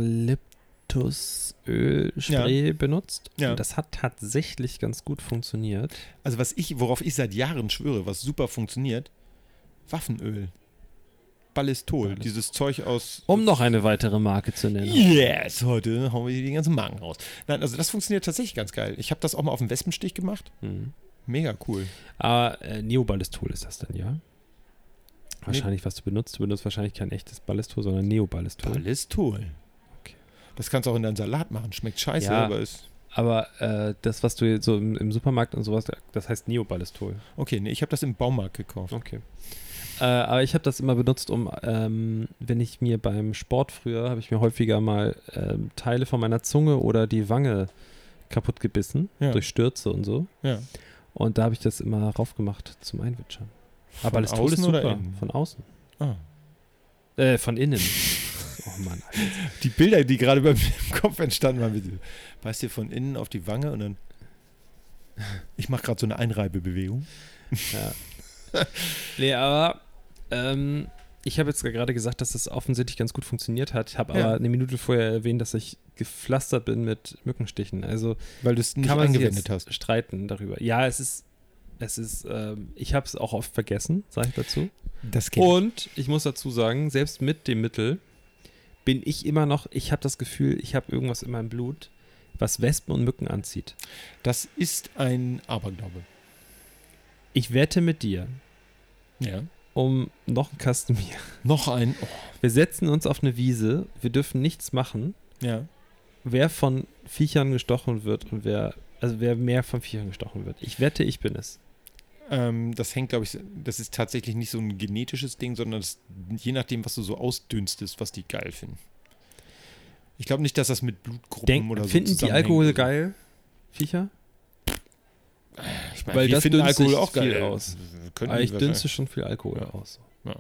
Eukalyptusölspray benutzt. Ja. Und das hat tatsächlich ganz gut funktioniert. Also was ich, worauf ich seit Jahren schwöre, was super funktioniert, Waffenöl. Ballistol, Ballistol. dieses Zeug aus... Um noch eine weitere Marke zu nennen. Yes, heute hauen wir hier die ganzen Marken raus. Nein, also das funktioniert tatsächlich ganz geil. Ich habe das auch mal auf dem Wespenstich gemacht. Hm. Mega cool. Aber äh, Neoballistol ist das dann, ja? Wahrscheinlich, was du benutzt. Du benutzt wahrscheinlich kein echtes Ballistol, sondern Neoballistol. Ballistol. Okay. Das kannst du auch in deinen Salat machen. Schmeckt scheiße, Ja. aber ist... Aber äh, das, was du jetzt so im, im Supermarkt und sowas, das heißt Neoballistol. Okay, nee, ich habe das im Baumarkt gekauft. Okay. Äh, aber ich habe das immer benutzt, um, ähm, wenn ich mir beim Sport früher, habe ich mir häufiger mal ähm, Teile von meiner Zunge oder die Wange kaputt gebissen, Ja. durch Stürze und so. Ja. Und da habe ich das immer raufgemacht zum Einwitschern. Aber von alles toll ist außen oder super. innen? Von außen. Ah. Äh, von innen. Oh Mann, Alter. Die Bilder, die gerade bei mir im Kopf entstanden waren, mit, beißt dir von innen auf die Wange und dann ich mache gerade so eine Einreibebewegung. Ja. Nee, aber ähm, ich habe jetzt gerade gesagt, dass das offensichtlich ganz gut funktioniert hat. Ich habe Ja. aber eine Minute vorher erwähnt, dass ich gepflastert bin mit Mückenstichen. Also Weil du es nicht kann man sich angewendet jetzt hast. streiten darüber. Ja, es ist, es ist, ähm, ich habe es auch oft vergessen, sage ich dazu. Das geht. Und ich muss dazu sagen, selbst mit dem Mittel bin ich immer noch, ich habe das Gefühl, ich habe irgendwas in meinem Blut, was Wespen und Mücken anzieht. Das ist ein Aberglaube. Ich wette mit dir Ja. um noch einen Kasten Bier. Noch ein. Oh. Wir setzen uns auf eine Wiese, wir dürfen nichts machen. Ja. Wer von Viechern gestochen wird und wer, also wer mehr von Viechern gestochen wird. Ich wette, ich bin es. Ähm, das hängt, glaube ich, das ist tatsächlich nicht so ein genetisches Ding, sondern das, je nachdem, was du so ausdünstest, was die geil finden. Ich glaube nicht, dass das mit Blutgruppen Denk, oder so finden die zusammenhängt Alkohol oder so. geil, Viecher? Ich meine, Weil wir das finden dünstet Alkohol auch viel geil aus. Könnten Aber die ich wahrscheinlich. dünste schon viel Alkohol Ja. aus. Ja.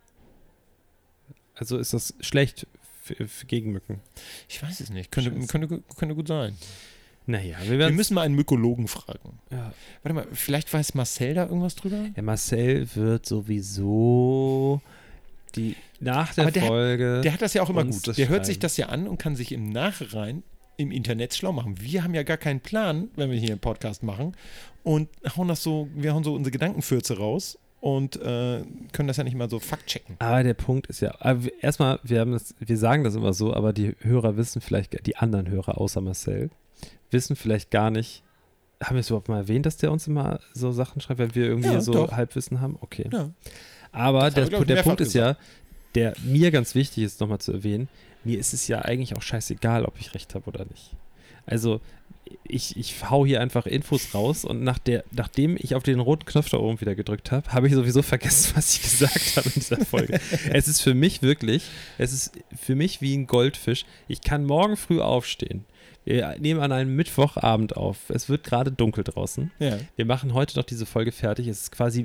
Also ist das schlecht für, für gegen Mücken? Ich weiß es nicht. Könnte, Scheiße. könnte, könnte gut sein. Naja, wir Wir werden. müssen mal einen Mykologen fragen. Ja. Warte mal, vielleicht weiß Marcel da irgendwas drüber? Der Marcel wird sowieso die nach der Aber der hat- Folge. Der hat das ja auch immer uns gut. das Der hört sich schreiben. das ja an und kann sich im Nachhinein im Internet schlau machen. Wir haben ja gar keinen Plan, wenn wir hier einen Podcast machen und hauen das so, wir hauen so unsere Gedankenfürze raus und äh, können das ja nicht mal so fact-checken. Aber der Punkt ist ja, aber wir- erstmal, wir haben das, wir sagen das immer so, aber die Hörer wissen vielleicht, die anderen Hörer außer Marcel, wissen vielleicht gar nicht, haben wir es überhaupt mal erwähnt, dass der uns immer so Sachen schreibt, wenn wir irgendwie Ja, so doch. Halbwissen haben? Okay. Ja. Aber Das der, haben wir, glaub ich, der mehrfach Punkt ist ja, der mir ganz wichtig ist, nochmal zu erwähnen, mir ist es ja eigentlich auch scheißegal, ob ich recht habe oder nicht. Also ich, ich hau hier einfach Infos raus und nach der, nachdem ich auf den roten Knopf da oben wieder gedrückt habe, habe ich sowieso vergessen, was ich gesagt habe in dieser Folge. Es ist für mich wirklich, es ist für mich wie ein Goldfisch. Ich kann morgen früh aufstehen. Wir nehmen an einem Mittwochabend auf. Es wird gerade dunkel draußen. Ja. Wir machen heute noch diese Folge fertig. Es ist quasi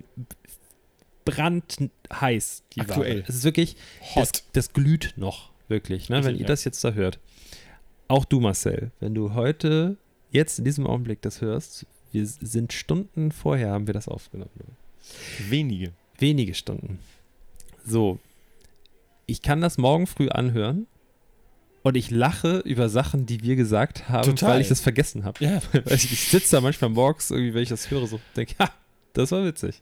brandheiß. Die Aktuell. Ware. Es ist wirklich, das, Hot. das glüht noch, wirklich, ne, wenn Richtig, ihr ja. das jetzt da hört. Auch du, Marcel, wenn du heute, jetzt in diesem Augenblick das hörst, wir sind Stunden vorher, haben wir das aufgenommen. Wenige. Wenige Stunden. So, ich kann das morgen früh anhören und ich lache über Sachen, die wir gesagt haben, Total. weil ich das vergessen habe. Ja. Ich, ich sitze da manchmal morgens, irgendwie, wenn ich das höre, so denke, ha, das war witzig.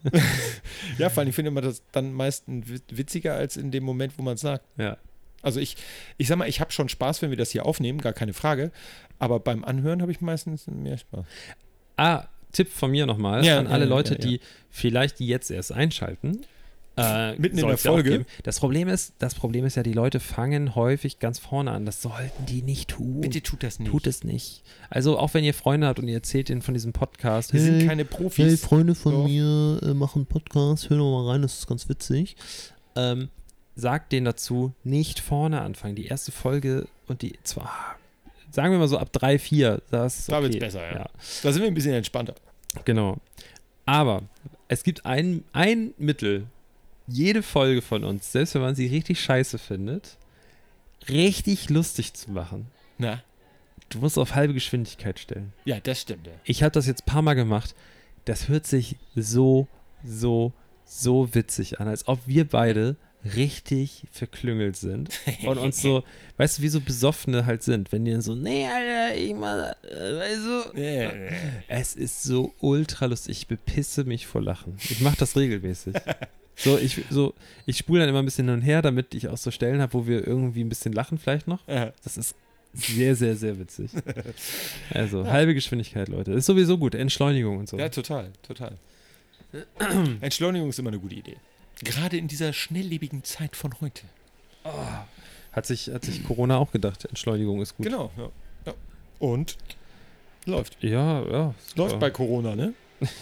Ja, vor allem, ich finde immer das dann meistens witziger als in dem Moment, wo man es sagt. Ja. Also ich, ich sag mal, ich habe schon Spaß, wenn wir das hier aufnehmen, gar keine Frage. Aber beim Anhören habe ich meistens mehr Spaß. Ah, Tipp von mir nochmal Ja, an alle ja, Leute, ja, ja. die vielleicht jetzt erst einschalten. Äh, Mitten in der soll's ja auch Folge. geben. Das Problem ist, das Problem ist ja, die Leute fangen häufig ganz vorne an. Das sollten die nicht tun. Bitte tut das nicht. Tut es nicht. Also auch wenn ihr Freunde habt und ihr erzählt ihnen von diesem Podcast. Wir sind hey, keine hey, Profis. Freunde von Doch. mir äh, machen einen Podcast, hör doch mal rein, das ist ganz witzig. Ähm, sagt denen dazu, nicht vorne anfangen. Die erste Folge und die zwar, sagen wir mal so ab drei, vier, das ist Da okay. wird's besser, ja. ja. Da sind wir ein bisschen entspannter. Genau. Aber es gibt ein, ein Mittel, jede Folge von uns, selbst wenn man sie richtig scheiße findet, richtig lustig zu machen. Na? Du musst auf halbe Geschwindigkeit stellen. Ja, das stimmt. Ja. Ich habe das jetzt ein paar Mal gemacht. Das hört sich so, so, so witzig an, als ob wir beide richtig verklüngelt sind und uns so, weißt du, wie so Besoffene halt sind, wenn die dann so, nee, Alter, ich mal, äh, weißt du, Ja, ja. es ist so ultra lustig, ich bepisse mich vor Lachen. Ich mache das regelmäßig. So, ich, so, ich spule dann immer ein bisschen hin und her, damit ich auch so Stellen habe, wo wir irgendwie ein bisschen lachen vielleicht noch. Ja. Das ist sehr, sehr, sehr witzig. Also, halbe Geschwindigkeit, Leute. Ist sowieso gut, Entschleunigung und so. Ja, total, total. Entschleunigung ist immer eine gute Idee. Gerade in dieser schnelllebigen Zeit von heute. Hat sich, hat sich Corona auch gedacht, Entschleunigung ist gut. Genau, ja. ja. Und läuft. Ja, ja. Läuft ja. bei Corona, ne?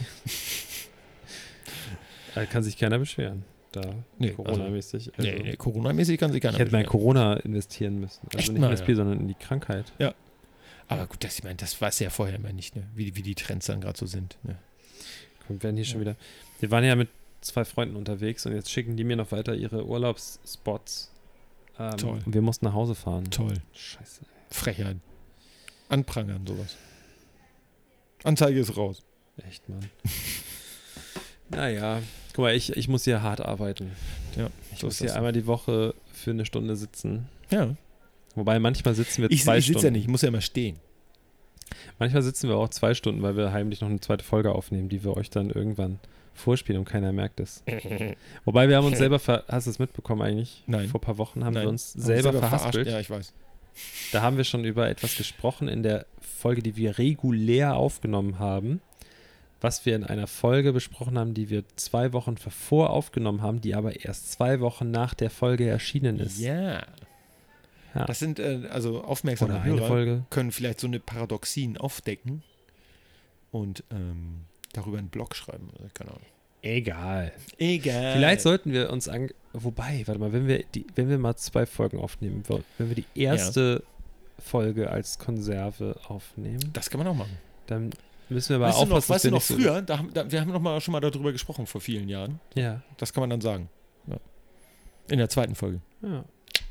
Da kann sich keiner beschweren. Da, Nee, Corona-mäßig. Also, Nee, nee, Corona-mäßig kann sich keiner ich hätte mal in beschweren. Corona investieren müssen. Also Echt nicht mal, in das ja. Spiel, sondern in die Krankheit. Aber gut, das, ich meine, das weiß ja vorher immer nicht, ne? wie, wie die Trends dann gerade so sind. Ne? Kommt, werden hier schon Ja. wieder. Wir waren ja mit zwei Freunden unterwegs und jetzt schicken die mir noch weiter ihre Urlaubsspots. Ähm, Toll. Und wir mussten nach Hause fahren. Toll. Scheiße. Frechheit. Anprangern, sowas. Anzeige ist raus. Echt, Mann. Naja, guck mal, ich, ich muss hier hart arbeiten. Ja, ich so muss ist hier das. einmal die Woche für eine Stunde sitzen. Ja. Wobei manchmal sitzen wir Ich, zwei ich Stunden. sitze ja nicht, ich muss ja immer stehen. Manchmal sitzen wir auch zwei Stunden, weil wir heimlich noch eine zweite Folge aufnehmen, die wir euch dann irgendwann vorspielen und keiner merkt es. Wobei wir haben uns selber, ver- hast du es mitbekommen eigentlich? Nein. Vor ein paar Wochen haben Nein. wir uns Haben selber, wir verhaspelt. verarscht. Ja, ich weiß. Da haben wir schon über etwas gesprochen in der Folge, die wir regulär aufgenommen haben, was wir in einer Folge besprochen haben, die wir zwei Wochen zuvor aufgenommen haben, die aber erst zwei Wochen nach der Folge erschienen ist. Ja. Ja. Das sind, äh, also aufmerksame Oder eine Hörer Folge. können vielleicht so eine Paradoxien aufdecken und ähm, darüber einen Blog schreiben. Keine Ahnung. Egal. Egal. Vielleicht sollten wir uns an. Wobei, warte mal, wenn wir die, wenn wir mal zwei Folgen aufnehmen, wenn wir die erste ja. Folge als Konserve aufnehmen, das kann man auch machen. dann müssen wir aber weißt aufpassen, du noch, weißt du noch so früher, da haben, da, wir haben noch mal, schon mal darüber gesprochen vor vielen Jahren. Ja. Das kann man dann sagen. Ja. In der zweiten Folge. Ja.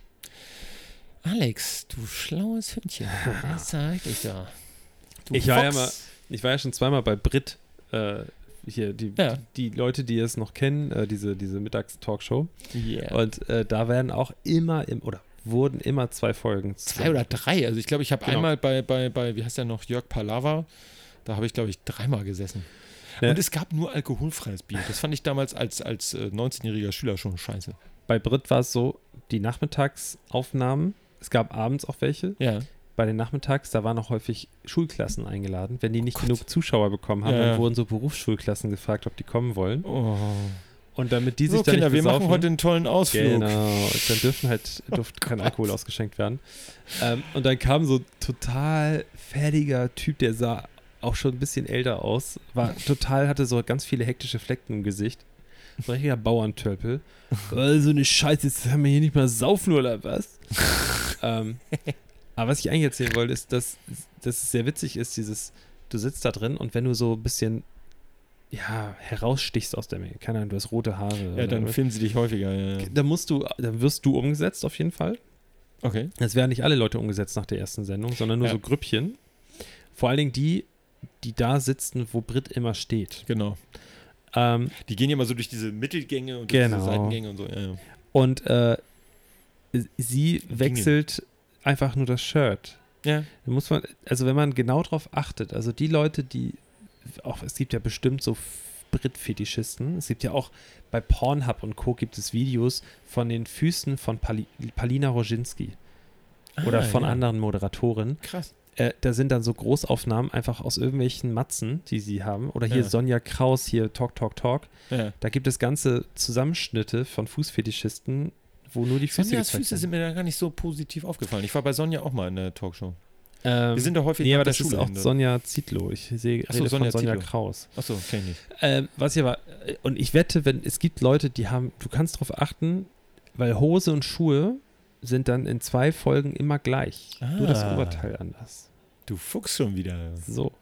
Alex, du schlaues Hündchen. Was sag ich da? Du Ich war, ja Fox. mal, ich war ja schon zweimal bei Brit. Äh, hier, die, Ja. die, die Leute, die es noch kennen, äh, diese, diese Mittagstalkshow. Yeah. Und äh, da werden auch immer, im, oder wurden immer zwei Folgen. Zwei oder drei. Also ich glaube, ich habe Genau. einmal bei, bei, bei, wie heißt der noch, Jörg Palava, da habe ich, glaube ich, dreimal gesessen. Ne? Und es gab nur alkoholfreies Bier. Das fand ich damals als, als äh, neunzehnjähriger Schüler schon scheiße. Bei Brit war es so, die Nachmittagsaufnahmen, es gab abends auch welche. Ja. Bei den Nachmittags, da waren auch häufig Schulklassen eingeladen. Wenn die nicht Gott. genug Zuschauer bekommen haben, Ja, dann ja. wurden so Berufsschulklassen gefragt, ob die kommen wollen. Oh. Und damit die sich So, dann Kinder, nicht wir besaufen, machen heute einen tollen Ausflug. Genau, dann dürfen halt, durfte kein Alkohol ausgeschenkt werden. Ähm, und dann kam so ein total fertiger Typ, der sah auch schon ein bisschen älter aus, war total, hatte so ganz viele hektische Flecken im Gesicht. So ein richtiger Bauerntölpel. Oh, so eine Scheiße, jetzt haben wir hier nicht mal saufen oder was? ähm, aber was ich eigentlich erzählen wollte, ist, dass, dass es sehr witzig ist, dieses, du sitzt da drin und wenn du so ein bisschen ja, herausstichst aus der Menge, keine Ahnung, du hast rote Haare. Ja, dann oder, finden sie dich häufiger. Ja, ja. dann musst du, dann wirst du umgesetzt auf jeden Fall. Okay. Es werden nicht alle Leute umgesetzt nach der ersten Sendung, sondern nur Ja. so Grüppchen. Vor allen Dingen die, die da sitzen, wo Brit immer steht. Genau. Ähm, Die gehen ja mal so durch diese Mittelgänge und durch Genau. diese Seitengänge und so. Ja, ja. und äh, sie wechselt einfach nur das Shirt. Ja. Da muss man, also wenn man genau drauf achtet, also die Leute, die auch, es gibt ja bestimmt so Brit-Fetischisten. Es gibt ja auch bei Pornhub und Co. gibt es Videos von den Füßen von Pali, Palina Roginski oder Ah, von ja. anderen Moderatoren. Krass. Äh, da sind dann so Großaufnahmen einfach aus irgendwelchen Matzen, die sie haben. Oder hier Ja. Sonja Kraus, hier Talk, Talk, Talk. Ja. Da gibt es ganze Zusammenschnitte von Fußfetischisten, wo nur die Füße Sonjas gezeigt Füße sind mir da gar nicht so positiv aufgefallen. Ich war bei Sonja auch mal in der Talkshow. Ähm, Wir sind da häufig nee, nach aber der das ist Schule auch hin, ne? Sonja Zietlow. Ich sehe Ach so, rede Sonja von Sonja Zietlow. Kraus. Achso, kenn ich nicht. Ähm, was ich aber, äh, und ich wette, wenn es gibt Leute, die haben, du kannst darauf achten, weil Hose und Schuhe sind dann in zwei Folgen immer gleich. Nur das Ah. Oberteil anders. Du Fuchs schon wieder. So.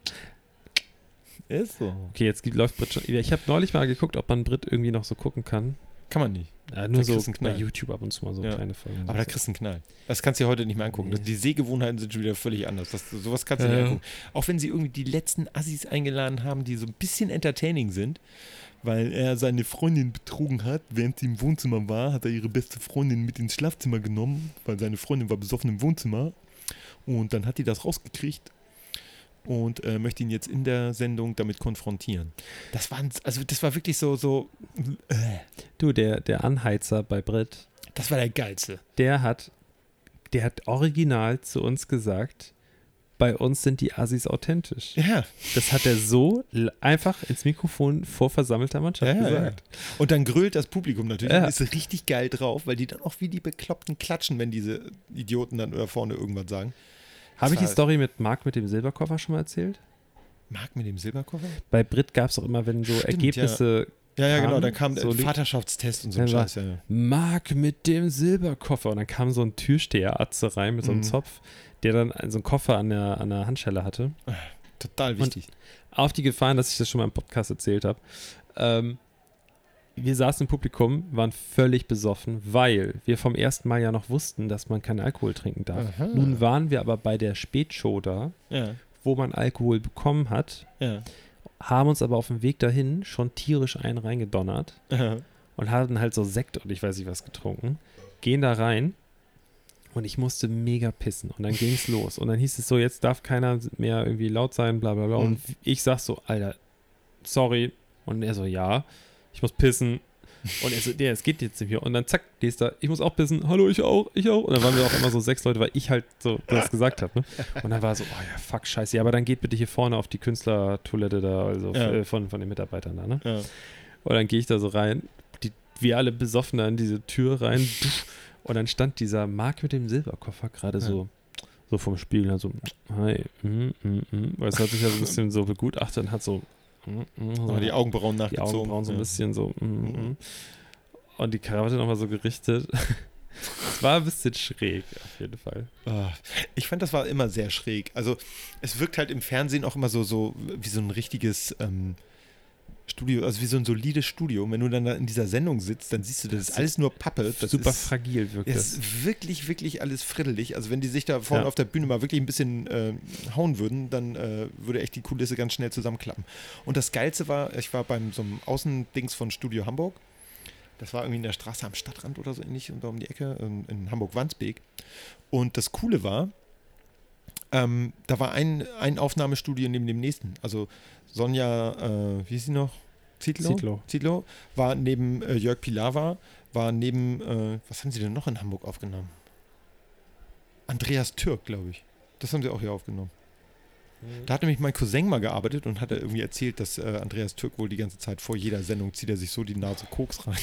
Ist so. Okay, jetzt gibt, läuft Brit schon. Ich habe neulich mal geguckt, ob man Brit irgendwie noch so gucken kann. Kann man nicht. Äh, nur Da so kriegst du einen bei Knall. YouTube ab und zu mal so Ja. kleine Folgen. Aber da kriegst du einen Knall. Das kannst du dir heute nicht mehr angucken. Nee. Das, die Sehgewohnheiten sind schon wieder völlig anders. Das, sowas kannst du Ja. nicht angucken. Auch wenn sie irgendwie die letzten Assis eingeladen haben, die so ein bisschen entertaining sind, weil er seine Freundin betrogen hat. Während sie im Wohnzimmer war, hat er ihre beste Freundin mit ins Schlafzimmer genommen, weil seine Freundin war besoffen im Wohnzimmer. Und dann hat die das rausgekriegt und äh, möchte ihn jetzt in der Sendung damit konfrontieren. Das war, also das war wirklich so, so äh, Du, der, der Anheizer bei Brit, das war der geilste. der hat, der hat original zu uns gesagt, bei uns sind die Assis authentisch. Ja. Das hat er so l- einfach ins Mikrofon vor versammelter Mannschaft Ja, gesagt. ja. Und dann grölt das Publikum natürlich Ja. und ist richtig geil drauf, weil die dann auch wie die Bekloppten klatschen, wenn diese Idioten dann da vorne irgendwas sagen. Habe ich die war- Story mit Marc mit dem Silberkoffer schon mal erzählt? Marc mit dem Silberkoffer? Bei Brit gab es auch immer, wenn so Stimmt, Ergebnisse, Ja, ja, Kam genau. Dann kam so der li- Vaterschaftstest und so ein Dann war- Scheiß. Ja, ja. Marc mit dem Silberkoffer. Und dann kam so ein Türsteher-Atze rein mit so einem Mhm. Zopf, der dann so einen Koffer an der, an der Handschelle hatte. Total wichtig. Auf die Gefahren, dass ich das schon mal im Podcast erzählt habe. Ähm, wir saßen im Publikum, waren völlig besoffen, weil wir vom ersten Mal ja noch wussten, dass man keinen Alkohol trinken darf. Aha. Nun waren wir aber bei der Spätshow da, Ja. wo man Alkohol bekommen hat, Ja. haben uns aber auf dem Weg dahin schon tierisch einen reingedonnert Aha. und hatten halt so Sekt und ich weiß nicht was getrunken, gehen da rein und ich musste mega pissen und dann ging es los und dann hieß es so, jetzt darf keiner mehr irgendwie laut sein, bla bla bla, und ich sag so, Alter, sorry, und er so, ja, ich muss pissen. Und er so, ja, es geht jetzt nicht mehr. Und dann zack, nächster, ich muss auch pissen. Hallo, ich auch, ich auch. Und dann waren wir auch immer so sechs Leute, weil ich halt so das gesagt habe. Ne? Und dann war so, oh ja, fuck, scheiße. Ja, aber dann geht bitte hier vorne auf die Künstlertoilette da, also Ja. f- von, von den Mitarbeitern da, ne? Ja. Und dann gehe ich da so rein, die, wir alle besoffen da in diese Tür rein. Und dann stand dieser Marc mit dem Silberkoffer gerade Ja. so, so vom Spiegel, also, hi, mm, mm, mm. Weil es hat sich ja so ein bisschen so begutachtet und hat so, Aber die Augenbrauen die nachgezogen. Augenbrauen so ein Ja. bisschen so. Mm, mm. Und die Krawatte nochmal so gerichtet. Es war ein bisschen schräg, auf jeden Fall. Ah, Ich fand, das war immer sehr schräg. Also es wirkt halt im Fernsehen auch immer so, so wie so ein richtiges ähm, Studio, also wie so ein solides Studio. Und wenn du dann da in dieser Sendung sitzt, dann siehst du, das ist alles nur Pappe. Das Super ist, fragil wirkt es das. ist wirklich, wirklich alles friddelig. Also wenn die sich da vorne Ja. auf der Bühne mal wirklich ein bisschen äh, hauen würden, dann äh, würde echt die Kulisse ganz schnell zusammenklappen. Und das Geilste war, ich war beim so einem Außendings von Studio Hamburg. Das war irgendwie in der Straße am Stadtrand oder so ähnlich und da um die Ecke in, in Hamburg-Wandsbek. Und das Coole war, ähm, da war ein, ein Aufnahmestudio neben dem nächsten. Also Sonja, äh, wie hieß sie noch? Zietlow? Zietlow. Zietlow war neben äh, Jörg Pilawa, war neben, äh, was haben sie denn noch in Hamburg aufgenommen? Andreas Türk, glaube ich. Das haben sie auch hier aufgenommen. Da hat nämlich mein Cousin mal gearbeitet und hat er irgendwie erzählt, dass äh, Andreas Türk wohl die ganze Zeit vor jeder Sendung zieht er sich so die Nase Koks rein.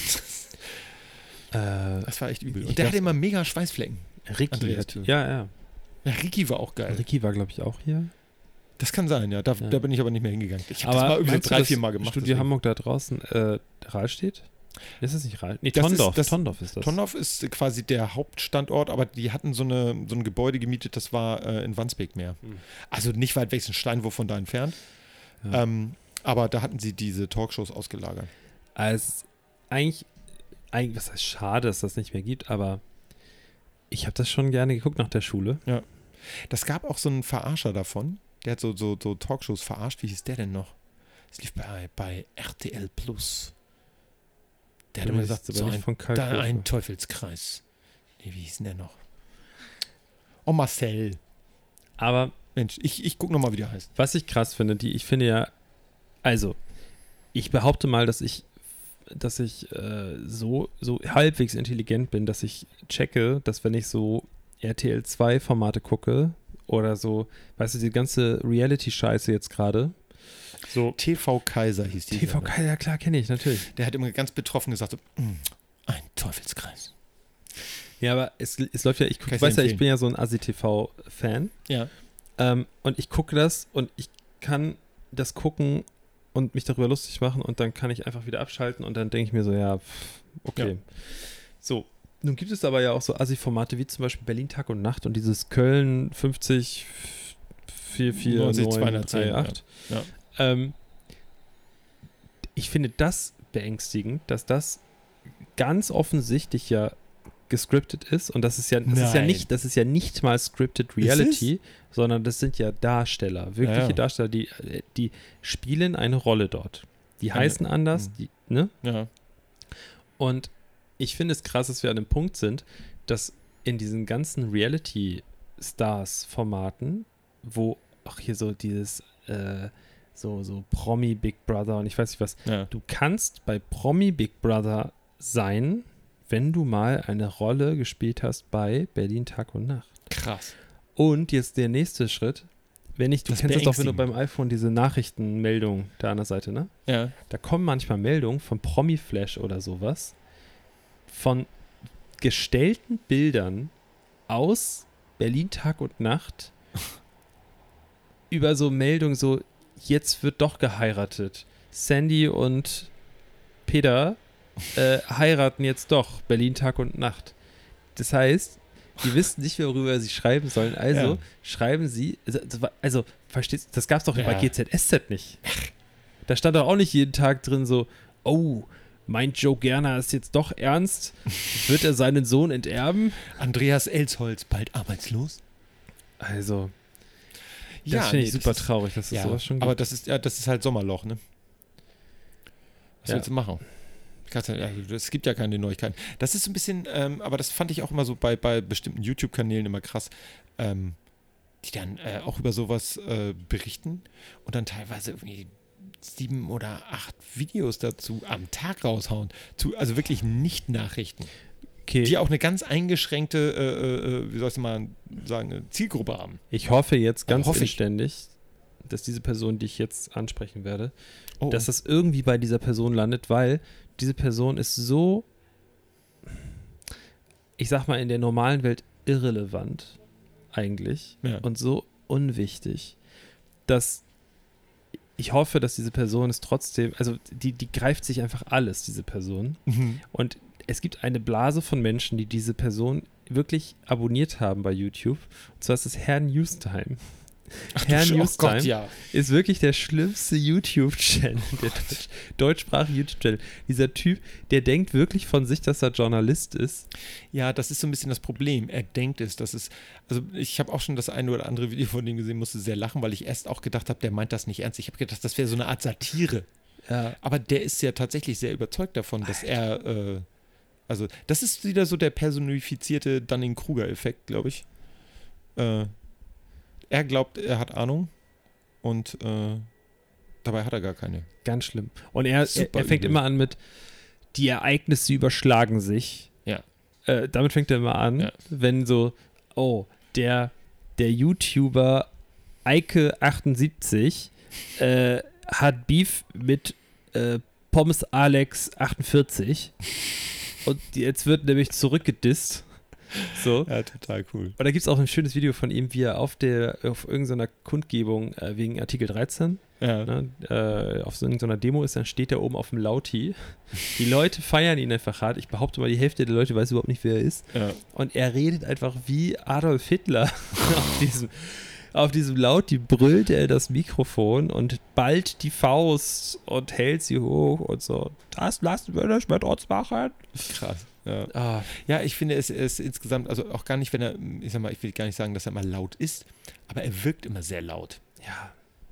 Äh, Das war echt übel. Ich Und der glaub- hatte immer mega Schweißflecken. Ricky. Andreas Hat, Türk. ja, ja. Ja, Ricky war auch geil. Ricky war, glaube ich, auch hier. Das kann sein, ja. Da, Ja. da bin ich aber nicht mehr hingegangen. Ich habe Aber das mal irgendwie meinst so du, drei, dass vier Mal gemacht. Studio deswegen. Hamburg da draußen, äh, Rahlstedt? Ist das nicht Rahl? Nee, Das ist- Tondorf. das- Tondorf ist das. Tondorf ist quasi der Hauptstandort, aber die hatten so, eine, so ein Gebäude gemietet, das war äh, in Wandsbek mehr. Hm. Also nicht weit weg, ist ein Steinwurf von da entfernt. Ja. Ähm, aber da hatten sie diese Talkshows ausgelagert. Als eigentlich, eigentlich, was heißt schade, dass das nicht mehr gibt, aber ich habe das schon gerne geguckt nach der Schule. Das gab auch so einen Verarscher davon. Der hat so, so, so Talkshows verarscht. Wie hieß der denn noch? Das lief bei, bei R T L Plus. Der hat immer gesagt, aber so nicht ein, von Karl da Kofe. ein Teufelskreis. Nee, wie hieß denn der noch? Oh, Marcel. Aber Mensch, ich, ich guck nochmal, wie der heißt. was ich krass finde, die, ich finde ja, also, ich behaupte mal, dass ich, dass ich äh, so, so halbwegs intelligent bin, dass ich checke, dass wenn ich so R T L zwei Formate gucke oder so, weißt du, die ganze Reality-Scheiße jetzt gerade, so T V Kaiser hieß die. T V Sendung. K, ja klar, kenne ich, natürlich. Der hat immer ganz betroffen gesagt, so, "Mm, ein Teufelskreis. Ja, aber es, es läuft ja, ich, guck, Kann ich weiß sehr ja, ich empfehlen. bin ja so ein Asi-T V-Fan. Ja. Ähm, und ich gucke das und ich kann das gucken und mich darüber lustig machen und dann kann ich einfach wieder abschalten und dann denke ich mir so, ja, pff, okay. Ja. So, nun gibt es aber ja auch so Assi-Formate wie zum Beispiel Berlin Tag und Nacht und dieses Köln fünfzig vier vier neunzig, neun zweihundertzehn, drei acht. ja. Ja. Ähm, ich finde das beängstigend, dass das ganz offensichtlich ja gescriptet ist und das ist ja, das ist ja Nein. nicht, das ist ja nicht mal scripted Reality, sondern das sind ja Darsteller, wirkliche Ja, ja. Darsteller, die, die spielen eine Rolle dort. Die Eine- heißen anders, Mhm. die, ne? Ja. Und ich finde es krass, dass wir an dem Punkt sind, dass in diesen ganzen Reality-Stars-Formaten, wo auch hier so dieses äh, so, so Promi Big Brother und ich weiß nicht was, Ja. du kannst bei Promi Big Brother sein, wenn du mal eine Rolle gespielt hast bei Berlin Tag und Nacht. Krass. Und jetzt der nächste Schritt, wenn ich, du Das kennst das doch, wenn du beängstigend. beim iPhone diese Nachrichtenmeldung da an der Seite, ne? Ja. Da kommen manchmal Meldungen von Promi-Flash oder sowas von gestellten Bildern aus Berlin Tag und Nacht über so Meldungen so, jetzt wird doch geheiratet. Sandy und Peter äh, heiraten jetzt doch Berlin Tag und Nacht. Das heißt, die wissen nicht mehr, worüber sie schreiben sollen. Also Ja. schreiben sie, also, das war- also verstehst du, das gab es doch Ja. bei G Z S Z nicht. Da stand doch auch nicht jeden Tag drin so, oh, Meint Joe Gerner ist jetzt doch ernst? Wird er seinen Sohn enterben? Andreas Elsholz bald arbeitslos? Also, das Ja, finde ich nee, super das ist- traurig, dass es Ja, sowas schon gibt. aber das ist, ja, das ist halt Sommerloch, ne? Was Ja. willst du machen? Kannst ja- also, Es gibt ja keine Neuigkeiten. Das ist so ein bisschen, ähm, aber das fand ich auch immer so bei, bei bestimmten YouTube-Kanälen immer krass, ähm, die dann äh, auch über sowas äh, berichten und dann teilweise irgendwie sieben oder acht Videos dazu am Tag raushauen. Zu, also wirklich Nicht-Nachrichten. okay. Die auch eine ganz eingeschränkte, äh, äh, wie soll ich mal sagen, äh, Zielgruppe haben. Ich hoffe jetzt ganz hoffe ich. inständig, dass diese Person, die ich jetzt ansprechen werde, Oh, dass das irgendwie bei dieser Person landet, weil diese Person ist so, ich sag mal, in der normalen Welt irrelevant eigentlich ja. und so unwichtig, dass ich hoffe, dass diese Person es trotzdem, also die, die greift sich einfach alles, diese Person. Mhm. Und es gibt eine Blase von Menschen, die diese Person wirklich abonniert haben bei YouTube. Und zwar ist es Herr Newstime. Ach, Herr du, oh Newstime Gott, ja. ist wirklich der schlimmste YouTube-Channel, der Deutsch, deutschsprachige YouTube-Channel. Dieser Typ, der denkt wirklich von sich, dass er Journalist ist. Ja, das ist so ein bisschen das Problem. Er denkt es, das ist, also ich habe auch schon das eine oder andere Video von dem gesehen, musste sehr lachen, weil ich erst auch gedacht habe, der meint das nicht ernst. Ich habe gedacht, das wäre so eine Art Satire. Ja. Aber der ist ja tatsächlich sehr überzeugt davon, dass er, äh, also das ist wieder so der personifizierte Dunning-Kruger-Effekt, glaube ich. Äh, er glaubt, er hat Ahnung und äh, dabei hat er gar keine. Ganz schlimm. Und er, er, Super er fängt übel. immer an mit, die Ereignisse überschlagen sich. Ja. Äh, damit fängt er immer an, Ja. wenn so, oh, der, der YouTuber Eike achtundsiebzig äh, hat Beef mit äh, Pommes Alex achtundvierzig und jetzt wird nämlich zurückgedisst. So. Ja, total cool. Und da gibt es auch ein schönes Video von ihm, wie er auf der auf irgendeiner Kundgebung äh, wegen Artikel dreizehn, Ja. ne, äh, auf so irgendeiner Demo ist, dann steht er oben auf dem Lauti. Die Leute feiern ihn einfach hart. Ich behaupte mal, die Hälfte der Leute weiß überhaupt nicht, wer er ist. Ja. Und er redet einfach wie Adolf Hitler auf diesem, auf diesem Lauti, brüllt er das Mikrofon und ballt die Faust und hält sie hoch und so. Das lassen wir nicht mit uns machen. Krass. Ja. Ah, Ja, ich finde, es ist insgesamt, also auch gar nicht, wenn er, ich sag mal, ich will gar nicht sagen, dass er mal laut ist, aber er wirkt immer sehr laut. ja.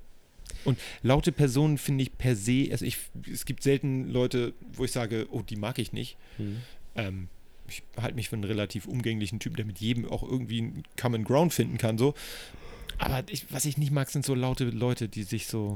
Und laute Personen finde ich per se, also ich, es gibt selten Leute, wo ich sage, oh, die mag ich nicht. Hm. Ähm, ich halte mich für einen relativ umgänglichen Typen, der mit jedem auch irgendwie einen Common Ground finden kann, so. Aber ich, was ich nicht mag, sind so laute Leute, die sich so.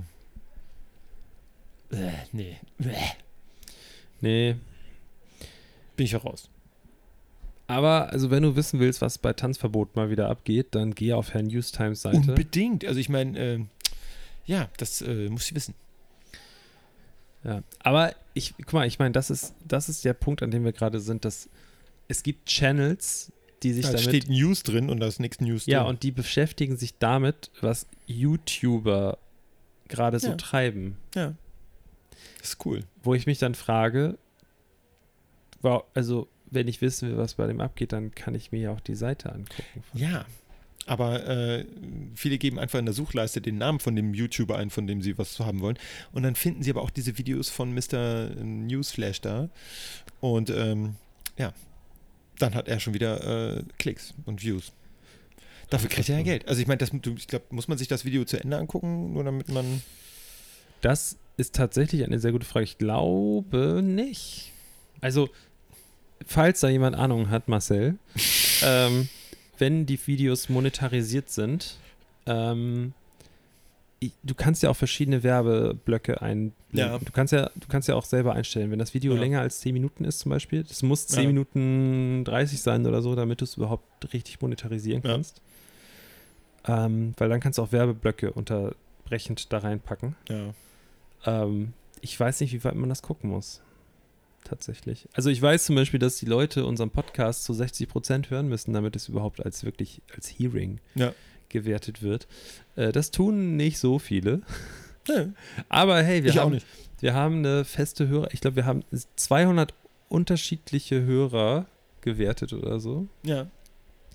Äh, nee. Bäh. Nee. Bin ich raus. Aber, also wenn du wissen willst, was bei Tanzverbot mal wieder abgeht, dann geh auf Herrn Newstimes Seite. Unbedingt. Also ich meine, äh, ja, das äh, muss ich wissen. Ja, aber ich, guck mal, ich meine, das ist, das ist der Punkt, an dem wir gerade sind, dass es gibt Channels, die sich Da damit, steht News drin und da ist nichts News ja, drin. und die beschäftigen sich damit, was YouTuber gerade so Ja. treiben. Ja. Das ist cool. Wo ich mich dann frage, wow, also wenn ich wissen will, was bei dem abgeht, dann kann ich mir ja auch die Seite angucken. Ja. Aber äh, viele geben einfach in der Suchleiste den Namen von dem YouTuber ein, von dem sie was haben wollen. Und dann finden sie aber auch diese Videos von Mister Newsflash da. Und ähm, ja, dann hat er schon wieder äh, Klicks und Views. Dafür kriegt er ja Geld. Also ich meine, das, du- ich glaube, muss man sich das Video zu Ende angucken, nur damit man... Das ist tatsächlich eine sehr gute Frage. Ich glaube nicht. Also, falls da jemand Ahnung hat, Marcel, ähm, wenn die Videos monetarisiert sind, ähm, ich, du kannst ja auch verschiedene Werbeblöcke einblenden. Ja. Du kannst ja, du kannst ja auch selber einstellen, wenn das Video Ja. länger als zehn Minuten ist zum Beispiel, das muss zehn Ja. Minuten dreißig sein oder so, damit du es überhaupt richtig monetarisieren Ja. kannst. Ähm, weil dann kannst du auch Werbeblöcke unterbrechend da reinpacken. Ja. Ähm, ich weiß nicht, wie weit man das gucken muss. Tatsächlich. Also ich weiß zum Beispiel, dass die Leute unseren Podcast zu sechzig Prozent hören müssen, damit es überhaupt als wirklich als Hearing Ja. gewertet wird. Äh, das tun nicht so viele. Ja. Aber hey, wir Ich auch haben, nicht. wir haben eine feste Hörer. Ich glaube, wir haben zweihundert unterschiedliche Hörer gewertet oder so. Ja.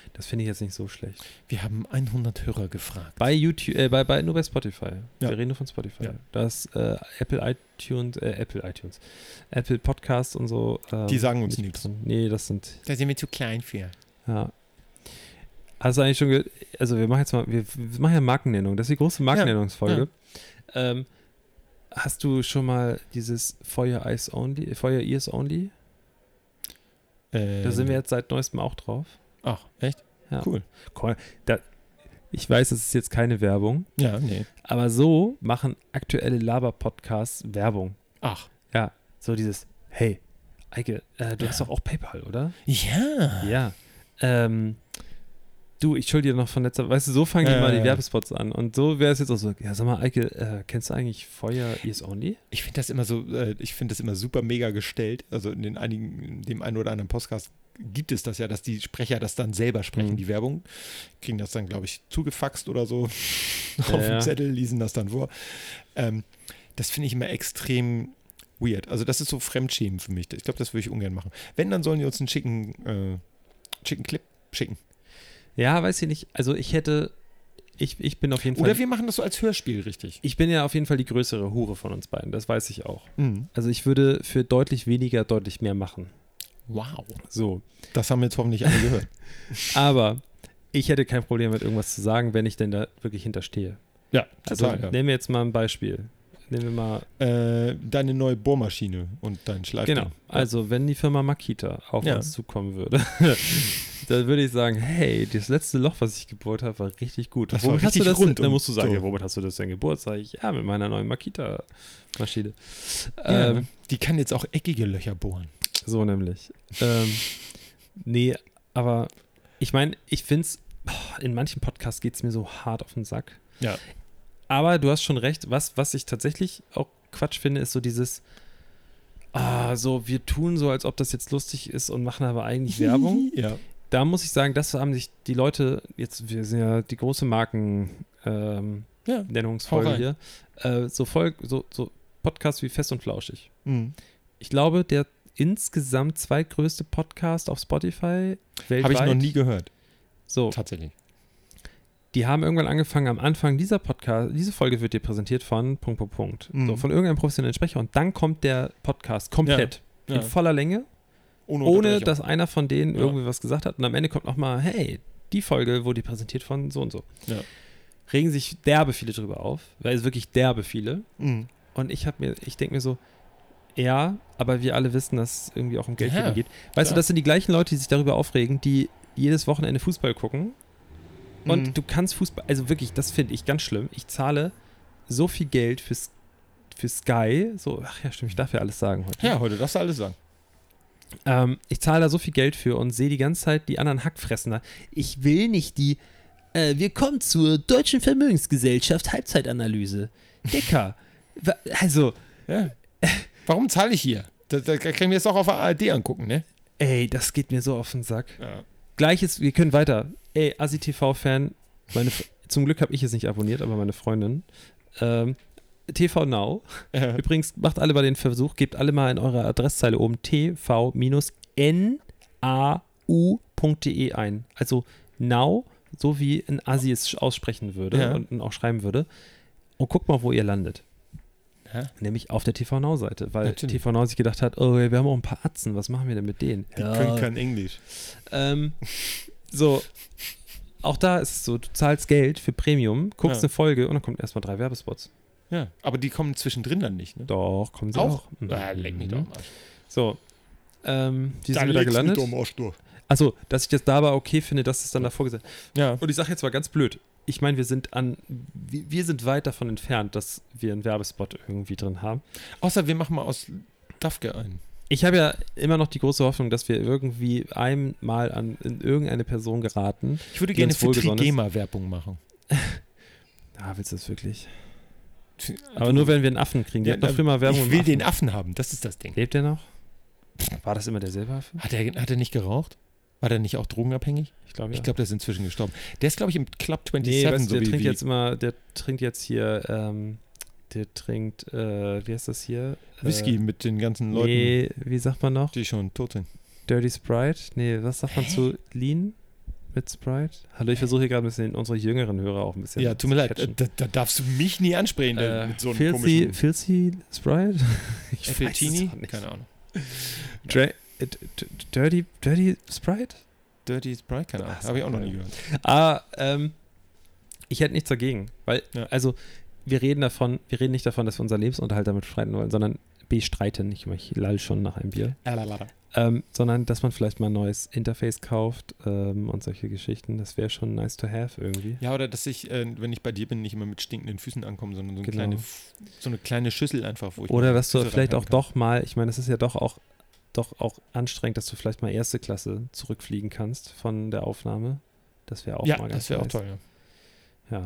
Das finde ich jetzt nicht so schlecht. Wir haben hundert Hörer gefragt. Bei YouTube, äh, bei, bei, nur bei Spotify. Ja. Wir reden nur von Spotify. Ja. Das äh, Apple iTunes, äh, Apple iTunes, Apple Podcast und so. Ähm, Die sagen uns nicht nichts. drin. Nee, das sind. Da sind wir zu klein für. Ja. Hast du eigentlich schon, ge- also wir machen jetzt mal, wir, wir machen ja Markennennung. Das ist die große Markennennungsfolge. Ja. Ähm, hast du schon mal dieses For Your Eyes Only, For Your Ears Only? Äh, Da sind wir jetzt seit neuestem auch drauf. Ach, echt? Ja. Cool. Cool. Da, ich weiß, das ist jetzt keine Werbung, Ja, nee. aber so machen aktuelle Laber-Podcasts Werbung. Ach. Ja, so dieses, hey, Eike, äh, du Ja. hast doch auch PayPal, oder? Ja. Ja. Ähm, du, ich schulde dir noch von letzter, weißt du, so fangen die Äh. mal die Werbespots an. Und so wäre es jetzt auch so, ja, sag mal, Eike, äh, kennst du eigentlich Feuer Ears Only? Ich finde das immer so, äh, ich finde das immer super mega gestellt. Also in den einigen, in dem einen oder anderen Podcast gibt es das ja, dass die Sprecher das dann selber sprechen, Mhm. die Werbung. Kriegen das dann, glaube ich, zugefaxt oder so auf Ja, ja. dem Zettel, lesen das dann vor. Ähm, das finde ich immer extrem weird. Also das ist so Fremdschämen für mich. Ich glaube, das würde ich ungern machen. Wenn, dann sollen die uns einen schicken, äh, schicken Clip schicken. Ja, weiß ich nicht. Also ich hätte, ich, ich bin auf jeden Fall, Oder wir machen das so als Hörspiel, richtig. ich bin ja auf jeden Fall die größere Hure von uns beiden, das weiß ich auch. Mhm. Also ich würde für deutlich weniger deutlich mehr machen. Wow. So. Das haben jetzt hoffentlich alle gehört. Aber ich hätte kein Problem mit irgendwas zu sagen, wenn ich denn da wirklich hinterstehe. Ja, Also total. ja. nehmen wir jetzt mal ein Beispiel. Nehmen wir mal, Äh, deine neue Bohrmaschine und dein Schleifding. genau, also wenn die Firma Makita auf Ja. uns zukommen würde, dann würde ich sagen, hey, das letzte Loch, was ich gebohrt habe, war richtig gut. Das war womit hast du richtig das, rund dann und musst du sagen, so. ja, womit hast du das denn gebohrt? Sag ich, ja, mit meiner neuen Makita-Maschine. Ja, Ähm, die kann jetzt auch eckige Löcher bohren. so nämlich. ähm, nee, aber ich meine, ich finde es, in manchen Podcasts geht es mir so hart auf den Sack. Ja. Aber du hast schon recht, was, was ich tatsächlich auch Quatsch finde, ist so dieses, ah, so, wir tun so, als ob das jetzt lustig ist und machen aber eigentlich Werbung. Ja. Da muss ich sagen, das haben sich die Leute, jetzt, wir sind ja die große Marken ähm, Ja. Nennungsfolge Hau rein. hier, äh, so, voll, so, so Podcasts wie Fest und Flauschig. Mhm. Ich glaube, der insgesamt zweitgrößte Podcast auf Spotify weltweit. Habe ich noch nie gehört. So, Tatsächlich. die haben irgendwann angefangen, am Anfang dieser Podcast, diese Folge wird dir präsentiert von Punkt, Punkt, Punkt. Mhm. So, von irgendeinem professionellen Sprecher und dann kommt der Podcast komplett Ja. in voller Länge, Ohne, ohne Unterbrechung. dass einer von denen Ja. irgendwie was gesagt hat und am Ende kommt nochmal, hey, die Folge wurde dir präsentiert von so und so. Ja. Regen sich derbe viele drüber auf, weil es wirklich derbe viele. Mhm. Und ich habe mir, ich denke mir so, ja, aber wir alle wissen, dass es irgendwie auch um Geld Ja, geht. Weißt klar. du, das sind die gleichen Leute, die sich darüber aufregen, die jedes Wochenende Fußball gucken. Und Mhm. du kannst Fußball, also wirklich, das finde ich ganz schlimm. Ich zahle so viel Geld fürs, für Sky, so, ach ja, stimmt, ich darf ja alles sagen heute. Ja, heute darfst du alles sagen. Ähm, ich zahle da so viel Geld für und sehe die ganze Zeit die anderen Hackfressen da. Ich will nicht die, äh, wir kommen zur Deutschen Vermögensgesellschaft Halbzeitanalyse. Dicker, wa- also, Ja. Warum zahle ich hier? Da, da kann ich mir das auch auf der A R D angucken, ne? ey, das geht mir so auf den Sack. Ja. Gleiches, wir können weiter. Ey, Assi-T V-Fan, meine, F- zum Glück habe ich es nicht abonniert, aber meine Freundin. Ähm, T V Now. Ja. Übrigens, macht alle mal den Versuch, gebt alle mal in eurer Adresszeile oben t v N A U punkt d e ein. Also Now, so wie ein Assi es aussprechen würde Ja. und auch schreiben würde. Und guckt mal, wo ihr landet. Hä? Nämlich auf der T V Now-Seite, weil Natürlich. T V Now sich gedacht hat, oh, wir haben auch ein paar Atzen, was machen wir denn mit denen? Die können kein Englisch. Ähm, so, auch da ist es so, du zahlst Geld für Premium, guckst Ja. eine Folge und dann kommt erstmal drei Werbespots. Ja, aber die kommen zwischendrin dann nicht, ne? Doch, kommen sie auch. Auch? Ah, leck mich doch am Arsch. So, ähm, wie sind wir da legst du gelandet? mit dem Arsch durch. Achso, dass ich das da aber okay finde, dass es dann davor gesagt. Ja. Und ich sage jetzt mal ganz blöd. Ich meine, wir sind an, wir, wir sind weit davon entfernt, dass wir einen Werbespot irgendwie drin haben. Außer wir machen mal aus Dafke ein. Ich habe ja immer noch die große Hoffnung, dass wir irgendwie einmal an in irgendeine Person geraten. Ich würde Die gerne uns für wohlgesonnen ist. Trigema-Werbung machen. Ah, willst du das wirklich? Aber nur, wenn wir einen Affen kriegen. Die Ja, hat noch früher mal Werbung ich im will Affen. den Affen haben, das ist das Ding. Lebt der noch? War das immer derselbe Affe? Hat er, hat er nicht geraucht? War der nicht auch drogenabhängig? Ich glaube, ja. Ich glaube, der ist inzwischen gestorben. Der ist, glaube ich, im Club nee, siebenundzwanzig. weißt du, so der wie, trinkt wie jetzt immer, der trinkt jetzt hier, ähm, der trinkt, äh, wie heißt das hier? Whisky Äh, mit den ganzen Leuten, nee, wie sagt man noch? die schon tot sind. Dirty Sprite? Nee, was sagt man Hä? zu Lean? mit Sprite? Hallo, ich versuche hier gerade ein bisschen unsere jüngeren Hörer auch ein bisschen Ja, tut mir leid, da, da darfst du mich nie ansprechen äh, mit so einem Filthy, komischen... Filthy Sprite? Ich Feltini? Keine Ahnung. Dra- äh, Dirty, Dirty Sprite? Dirty Sprite? Keine Ahnung, habe ich auch noch nie gehört. Ah, ähm, ich hätte nichts dagegen, weil, ja. also, wir reden davon, wir reden nicht davon, dass wir unser Lebensunterhalt damit streiten wollen, sondern bestreiten, ich, ich lall schon nach einem Bier. Ähm, sondern, dass man vielleicht mal ein neues Interface kauft ähm, und solche Geschichten. Das wäre schon nice to have irgendwie. Ja, oder dass ich, äh, wenn ich bei dir bin, nicht immer mit stinkenden Füßen ankomme, sondern so eine, genau. kleine, so eine kleine Schüssel einfach, wo ich... Oder dass du vielleicht auch kann. doch mal, ich meine, es ist ja doch auch, doch auch anstrengend, dass du vielleicht mal erste Klasse zurückfliegen kannst von der Aufnahme. Das wäre auch ja, mal ganz das wäre nice. auch toll, ja.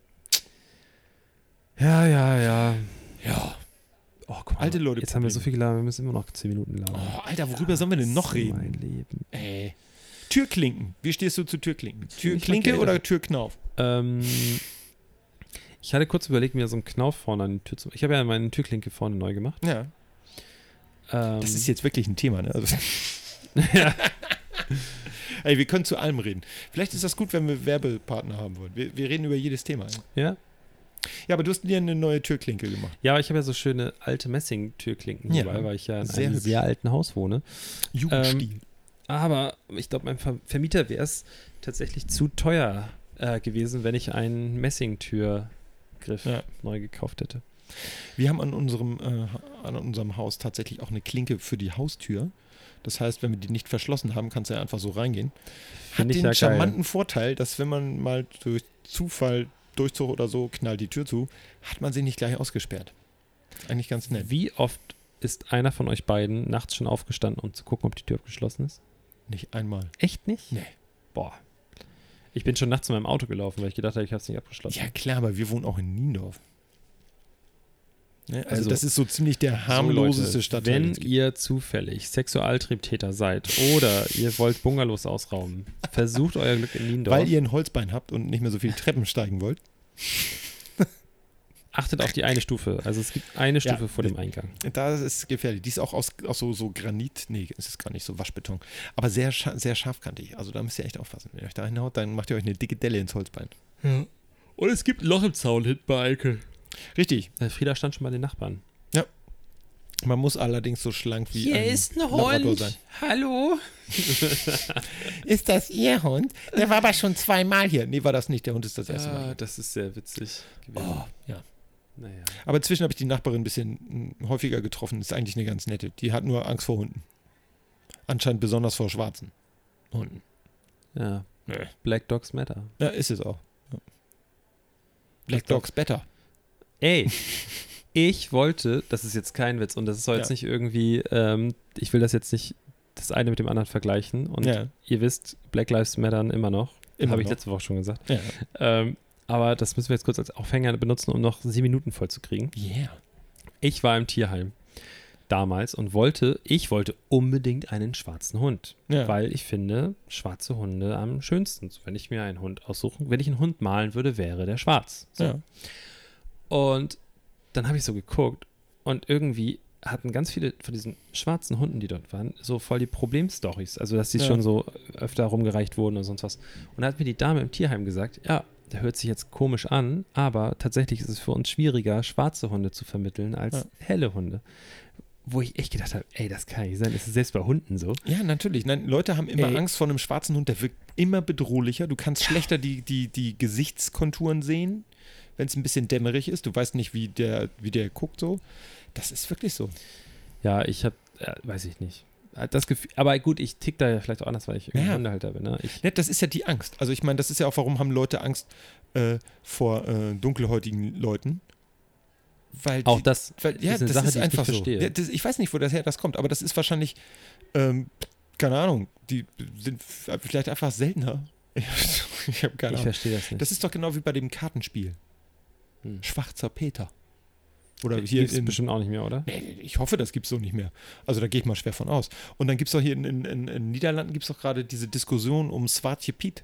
Ja. Ja, ja, ja. Ja. Oh, guck mal, alte Leute. Jetzt Probleme. Haben wir so viel gelabert, wir müssen immer noch zehn Minuten labern. Oh, Alter, worüber ja, sollen wir denn noch reden? Mein Leben. Ey. Türklinken. Wie stehst du zu Türklinken? Türklinke okay, oder Türknauf? Ähm, ich hatte kurz überlegt, mir so einen Knauf vorne an die Tür zu... Ich habe ja meine Türklinke vorne neu gemacht. Ja. Ähm, das ist jetzt wirklich ein Thema, ne? Also ja. Ey, wir können zu allem reden. Vielleicht ist das gut, wenn wir Werbepartner haben wollen. Wir, wir reden über jedes Thema. Ja. Ja, aber du hast dir eine neue Türklinke gemacht. Ja, aber ich habe ja so schöne alte Messing-Türklinken ja, dabei, weil ich ja in sehr einem hübsch. sehr alten Haus wohne. Jugendstil. Ähm, aber ich glaube, meinem Ver- Vermieter wäre es tatsächlich zu teuer äh, gewesen, wenn ich einen Messingtürgriff ja. neu gekauft hätte. Wir haben an unserem, äh, an unserem Haus tatsächlich auch eine Klinke für die Haustür. Das heißt, wenn wir die nicht verschlossen haben, kannst du ja einfach so reingehen. Hat den ja charmanten geil. Vorteil, dass wenn man mal durch Zufall Durchzug oder so, knallt die Tür zu, hat man sie nicht gleich ausgesperrt. Eigentlich ganz nett. Wie oft ist einer von euch beiden nachts schon aufgestanden, um zu gucken, ob die Tür abgeschlossen ist? Nicht einmal. Echt nicht? Nee. Boah. Ich bin schon nachts in meinem Auto gelaufen, weil ich gedacht habe, ich habe es nicht abgeschlossen. Ja klar, aber wir wohnen auch in Niendorf. Ne? Also, also das ist so ziemlich der harmloseste so Leute, Stadtteil. Wenn ihr zufällig Sexualtriebtäter seid oder ihr wollt Bungalows ausrauben, versucht euer Glück in Niendorf. Weil ihr ein Holzbein habt und nicht mehr so viel Treppen steigen wollt. Achtet auf die eine Stufe. Also es gibt eine Stufe ja, vor dem Eingang. Da ist gefährlich. Die ist auch aus, aus so, so Granit. Nee, es ist gar nicht so Waschbeton. Aber sehr, sehr scharfkantig. Also da müsst ihr echt aufpassen. Wenn ihr euch da hinhaut, dann macht ihr euch eine dicke Delle ins Holzbein. Ja. Und es gibt ein Loch im Zaun hinten bei Eike. Richtig. Der Frieda stand schon bei den Nachbarn. Ja. Man muss allerdings so schlank wie Hier ein ist ein Hund. Sein. Hallo. Ist das Ihr Hund? Der war aber schon zweimal hier. Nee, war das nicht. Der Hund ist das erste Mal. Ah, das ist sehr witzig gewesen. Oh, ja. Naja. Aber inzwischen habe ich die Nachbarin ein bisschen häufiger getroffen. Ist eigentlich eine ganz nette. Die hat nur Angst vor Hunden. Anscheinend besonders vor schwarzen Hunden. Ja. Nee. Black Dogs matter. Ja, ist es auch. Ja. Black Dogs better. Ey, ich wollte, das ist jetzt kein Witz und das soll jetzt ja. nicht irgendwie, ähm, ich will das jetzt nicht das eine mit dem anderen vergleichen und ja. ihr wisst, Black Lives Mattern immer noch. Habe ich letzte Woche schon gesagt. Ja. Ähm, aber das müssen wir jetzt kurz als Aufhänger benutzen, um noch sieben Minuten voll zu kriegen. Yeah. Ich war im Tierheim damals und wollte, ich wollte unbedingt einen schwarzen Hund, ja. weil ich finde schwarze Hunde am schönsten. So, wenn ich mir einen Hund aussuchen, wenn ich einen Hund malen würde, wäre der schwarz. So. Ja. Und dann habe ich so geguckt und irgendwie hatten ganz viele von diesen schwarzen Hunden, die dort waren, so voll die Problemstories. Also, dass die ja. schon so öfter rumgereicht wurden oder sonst was. Und da hat mir die Dame im Tierheim gesagt, ja, der hört sich jetzt komisch an, aber tatsächlich ist es für uns schwieriger, schwarze Hunde zu vermitteln als ja. helle Hunde. Wo ich echt gedacht habe, ey, das kann nicht sein. Das ist selbst bei Hunden so. Ja, natürlich. Nein, Leute haben immer ey. Angst vor einem schwarzen Hund. Der wirkt immer bedrohlicher. Du kannst ja. schlechter die, die, die Gesichtskonturen sehen, wenn es ein bisschen dämmerig ist. Du weißt nicht, wie der, wie der guckt so. Das ist wirklich so. Ja, ich habe, äh, weiß ich nicht. Das Gefühl, aber gut, ich tick da ja vielleicht auch anders, weil ich irgendwie ja. Hundehalter bin. Ne? Ich ja, das ist ja die Angst. Also ich meine, das ist ja auch, warum haben Leute Angst äh, vor äh, dunkelhäutigen Leuten? Weil auch die, das weil, ja, ist eine das Sache, ist die einfach ich nicht so. verstehe. Ja, das, ich weiß nicht, wo das her das kommt, aber das ist wahrscheinlich, ähm, keine Ahnung, die sind vielleicht einfach seltener. Ich habe keine ich Ahnung. verstehe das nicht. Das ist doch genau wie bei dem Kartenspiel. Hm. Schwarzer Peter. Oder das hier gibt's in, bestimmt auch nicht mehr, oder? Nee, ich hoffe, das gibt es so nicht mehr. Also da gehe ich mal schwer von aus. Und dann gibt es doch hier in den in, in Niederlanden gibt es doch gerade diese Diskussion um Zwarte Piet.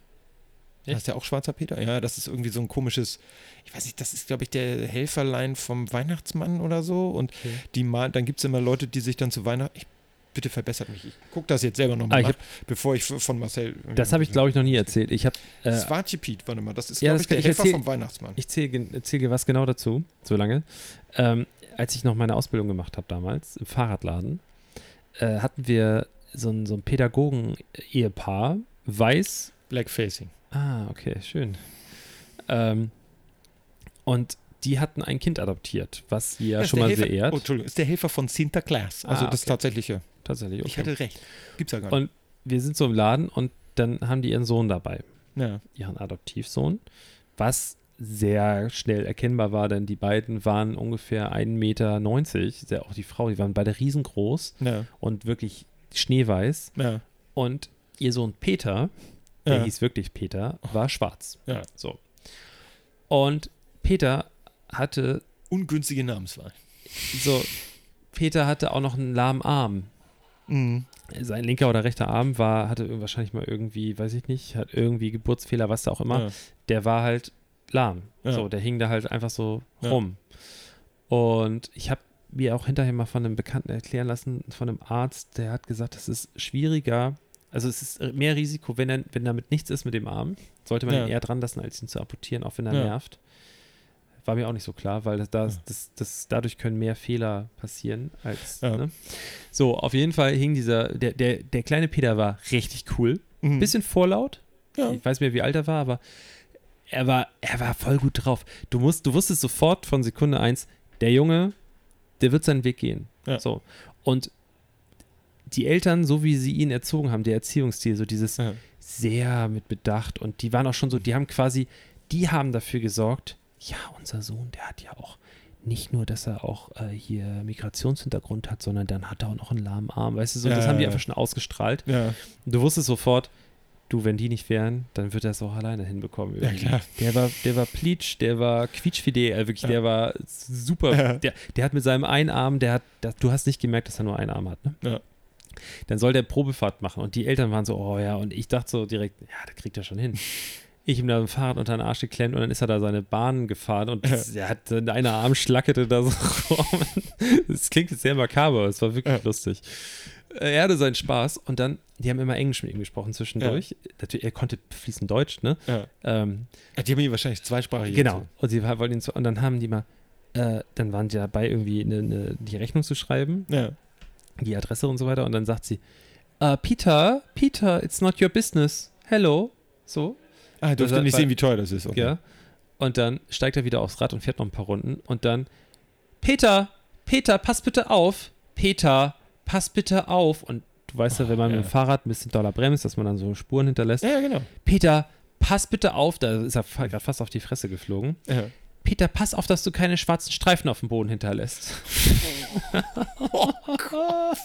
Heißt der auch Schwarzer Peter? Ja, das ist irgendwie so ein komisches, ich weiß nicht, das ist, glaube ich, der Helferlein vom Weihnachtsmann oder so. Und okay. die mal, dann gibt es immer Leute, die sich dann zu Weihnachten, ich bitte verbessert mich. Ich gucke das jetzt selber nochmal ah, nach, bevor ich von Marcel... Das habe ich, glaube ich, noch nie erzählt. Ich habe... Äh, Swatchipit, warte mal, das ist, ja, glaube ich, der ich Helfer erzähl, vom Weihnachtsmann. Ich erzähle dir was genau dazu, so lange. Ähm, als ich noch meine Ausbildung gemacht habe damals, im Fahrradladen, äh, hatten wir so ein, so ein Pädagogen-Ehepaar, weiß... Blackfacing. Ah, okay, schön. Ähm, und die hatten ein Kind adoptiert, was sie ja schon mal Helfer, sehr ehrt. Oh, Entschuldigung, ist der Helfer von Sinterklaas. Also ah, das okay. tatsächliche. Tatsächlich, okay. Ich hatte recht. Gibt's ja gar nicht. Und wir sind so im Laden und dann haben die ihren Sohn dabei. Ja. Ihren Adoptivsohn. Was sehr schnell erkennbar war, denn die beiden waren ungefähr ein Meter neunzig. Sehr, auch die Frau, die waren beide riesengroß Ja. und wirklich schneeweiß. Ja. Und ihr Sohn Peter, der Ja. hieß wirklich Peter, war schwarz. Ja. So. Und Peter hatte Ungünstige Namenswahl. so, Peter hatte auch noch einen lahmen Arm. Mhm. Sein linker oder rechter Arm war, hatte wahrscheinlich mal irgendwie, weiß ich nicht, hat irgendwie Geburtsfehler, was da auch immer. Ja. Der war halt lahm. Ja. So, der hing da halt einfach so Ja. rum. Und ich habe mir auch hinterher mal von einem Bekannten erklären lassen, von einem Arzt, der hat gesagt, es ist schwieriger, also es ist mehr Risiko, wenn, er, wenn damit nichts ist mit dem Arm, sollte man Ja. ihn eher dran lassen, als ihn zu amputieren, auch wenn er Ja. nervt. War mir auch nicht so klar, weil das, das, Ja. das, das, dadurch können mehr Fehler passieren als. Ja. Ne? So, auf jeden Fall hing dieser, der, der, der kleine Peter war richtig cool. Mhm. Bisschen vorlaut. Ja. Ich weiß nicht mehr, wie alt er war, aber er war, er war voll gut drauf. Du, musst, du wusstest sofort von Sekunde eins, der Junge, der wird seinen Weg gehen. Ja. So. Und die Eltern, so wie sie ihn erzogen haben, der Erziehungsstil, so dieses Ja. sehr mit Bedacht und die waren auch schon so, die haben quasi, die haben dafür gesorgt, ja, unser Sohn, der hat ja auch nicht nur, dass er auch äh, hier Migrationshintergrund hat, sondern dann hat er auch noch einen lahmen Arm, weißt du, so, Ja, das ja, haben die ja. einfach schon ausgestrahlt. Ja. Und du wusstest sofort, du, wenn die nicht wären, dann wird er es auch alleine hinbekommen. Ja, irgendwie. klar. Der war, der war Pleatsch, der war quietschfidel, äh, wirklich, Ja. der war super. Ja. Der, der hat mit seinem einen Arm, der hat, der, du hast nicht gemerkt, dass er nur einen Arm hat, ne? Ja. Dann soll der Probefahrt machen und die Eltern waren so, oh ja, und ich dachte so direkt, ja, das kriegt er schon hin. Ich ihm da im Fahrrad unter den Arsch geklemmt und dann ist er da seine Bahn gefahren und das, er hat sein einer Arm schlackerte da so rum. Das klingt jetzt sehr makaber, aber es war wirklich Ja. lustig. Er hatte seinen Spaß und dann, die haben immer Englisch mit ihm gesprochen zwischendurch. Natürlich, er konnte fließend Deutsch, ne? Ja. Ähm, Ja, die haben ihn wahrscheinlich zweisprachig. genau. Und sie wollten ihn so, und dann haben die mal, äh, dann waren die dabei, irgendwie eine, eine, die Rechnung zu schreiben, Ja. die Adresse und so weiter. Und dann sagt sie, uh, Peter, Peter, it's not your business. Hello. So. Ah, durfte Das- nicht weil- sehen, wie teuer das ist. Okay. Ja. Und dann steigt er wieder aufs Rad und fährt noch ein paar Runden. Und dann, Peter, Peter, pass bitte auf. Peter, pass bitte auf. Und du weißt ja, wenn man ja. mit dem Fahrrad ein bisschen doller bremst, dass man dann so Spuren hinterlässt. Ja, ja, genau. Peter, pass bitte auf. Da ist er fa- gerade fast auf die Fresse geflogen. Ja. Peter, pass auf, dass du keine schwarzen Streifen auf dem Boden hinterlässt. Oh Gott.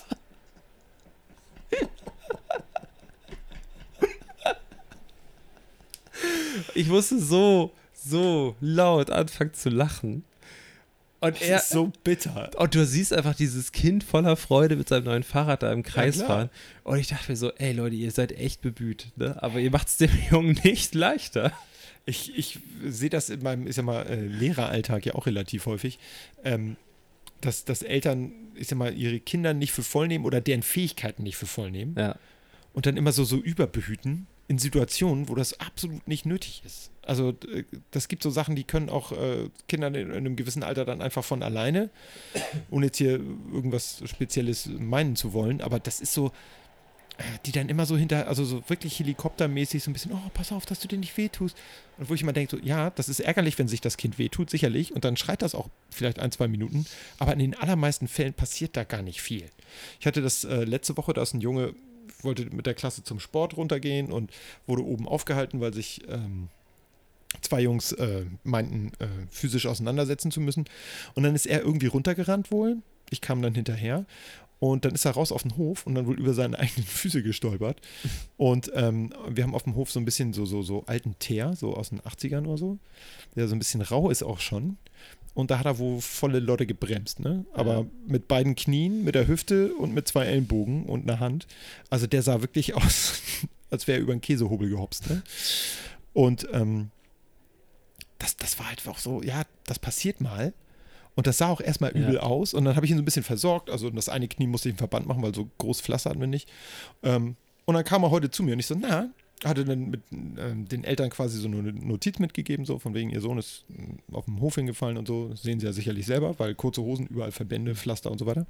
Ich musste so, so laut anfangen zu lachen. Und Das er, ist so bitter. und du siehst einfach dieses Kind voller Freude mit seinem neuen Fahrrad da im Kreis klar. fahren. Und ich dachte mir so, ey Leute, ihr seid echt bebüht, ne? Aber ihr macht es dem Jungen nicht leichter. Ich, ich sehe das in meinem, ich sag mal, äh, Lehreralltag ja auch relativ häufig, ähm, dass, dass Eltern, ich sag mal, ihre Kinder nicht für voll nehmen oder deren Fähigkeiten nicht für voll nehmen Ja. und dann immer so, so überbehüten in Situationen, wo das absolut nicht nötig ist. Also äh, das gibt so Sachen, die können auch äh, Kinder in, in einem gewissen Alter dann einfach von alleine, ohne jetzt hier irgendwas Spezielles meinen zu wollen, aber das ist so, äh, die dann immer so hinter, also so wirklich helikoptermäßig so ein bisschen, oh, pass auf, dass du dir nicht wehtust. Und wo ich immer denke, so, ja, das ist ärgerlich, wenn sich das Kind wehtut, sicherlich, und dann schreit das auch vielleicht ein, zwei Minuten, aber in den allermeisten Fällen passiert da gar nicht viel. Ich hatte das äh, letzte Woche, da ist ein Junge, wollte mit der Klasse zum Sport runtergehen und wurde oben aufgehalten, weil sich ähm, zwei Jungs äh, meinten, äh, physisch auseinandersetzen zu müssen. Und dann ist er irgendwie runtergerannt wohl. Ich kam dann hinterher. Und dann ist er raus auf den Hof und dann wohl über seine eigenen Füße gestolpert. Und ähm, wir haben auf dem Hof so ein bisschen so, so, so alten Teer, so aus den achtzigern oder so, der so ein bisschen rau ist auch schon. Und da hat er wohl volle Lotte gebremst, ne? Aber Ja. mit beiden Knien, mit der Hüfte und mit zwei Ellenbogen und einer Hand. Also der sah wirklich aus, als wäre er über einen Käsehobel gehopst, ne? Und ähm, das, das war halt auch so, ja, das passiert mal. Und das sah auch erstmal übel Ja. aus. Und dann habe ich ihn so ein bisschen versorgt. Also das eine Knie musste ich im Verband machen, weil so groß Pflaster hatten wir nicht. Ähm, und dann kam er heute zu mir und ich so, na, hatte dann mit ähm, den Eltern quasi so eine Notiz mitgegeben, so von wegen, ihr Sohn ist äh, auf dem Hof hingefallen und so. Das sehen sie ja sicherlich selber, weil kurze Hosen, überall Verbände, Pflaster und so weiter.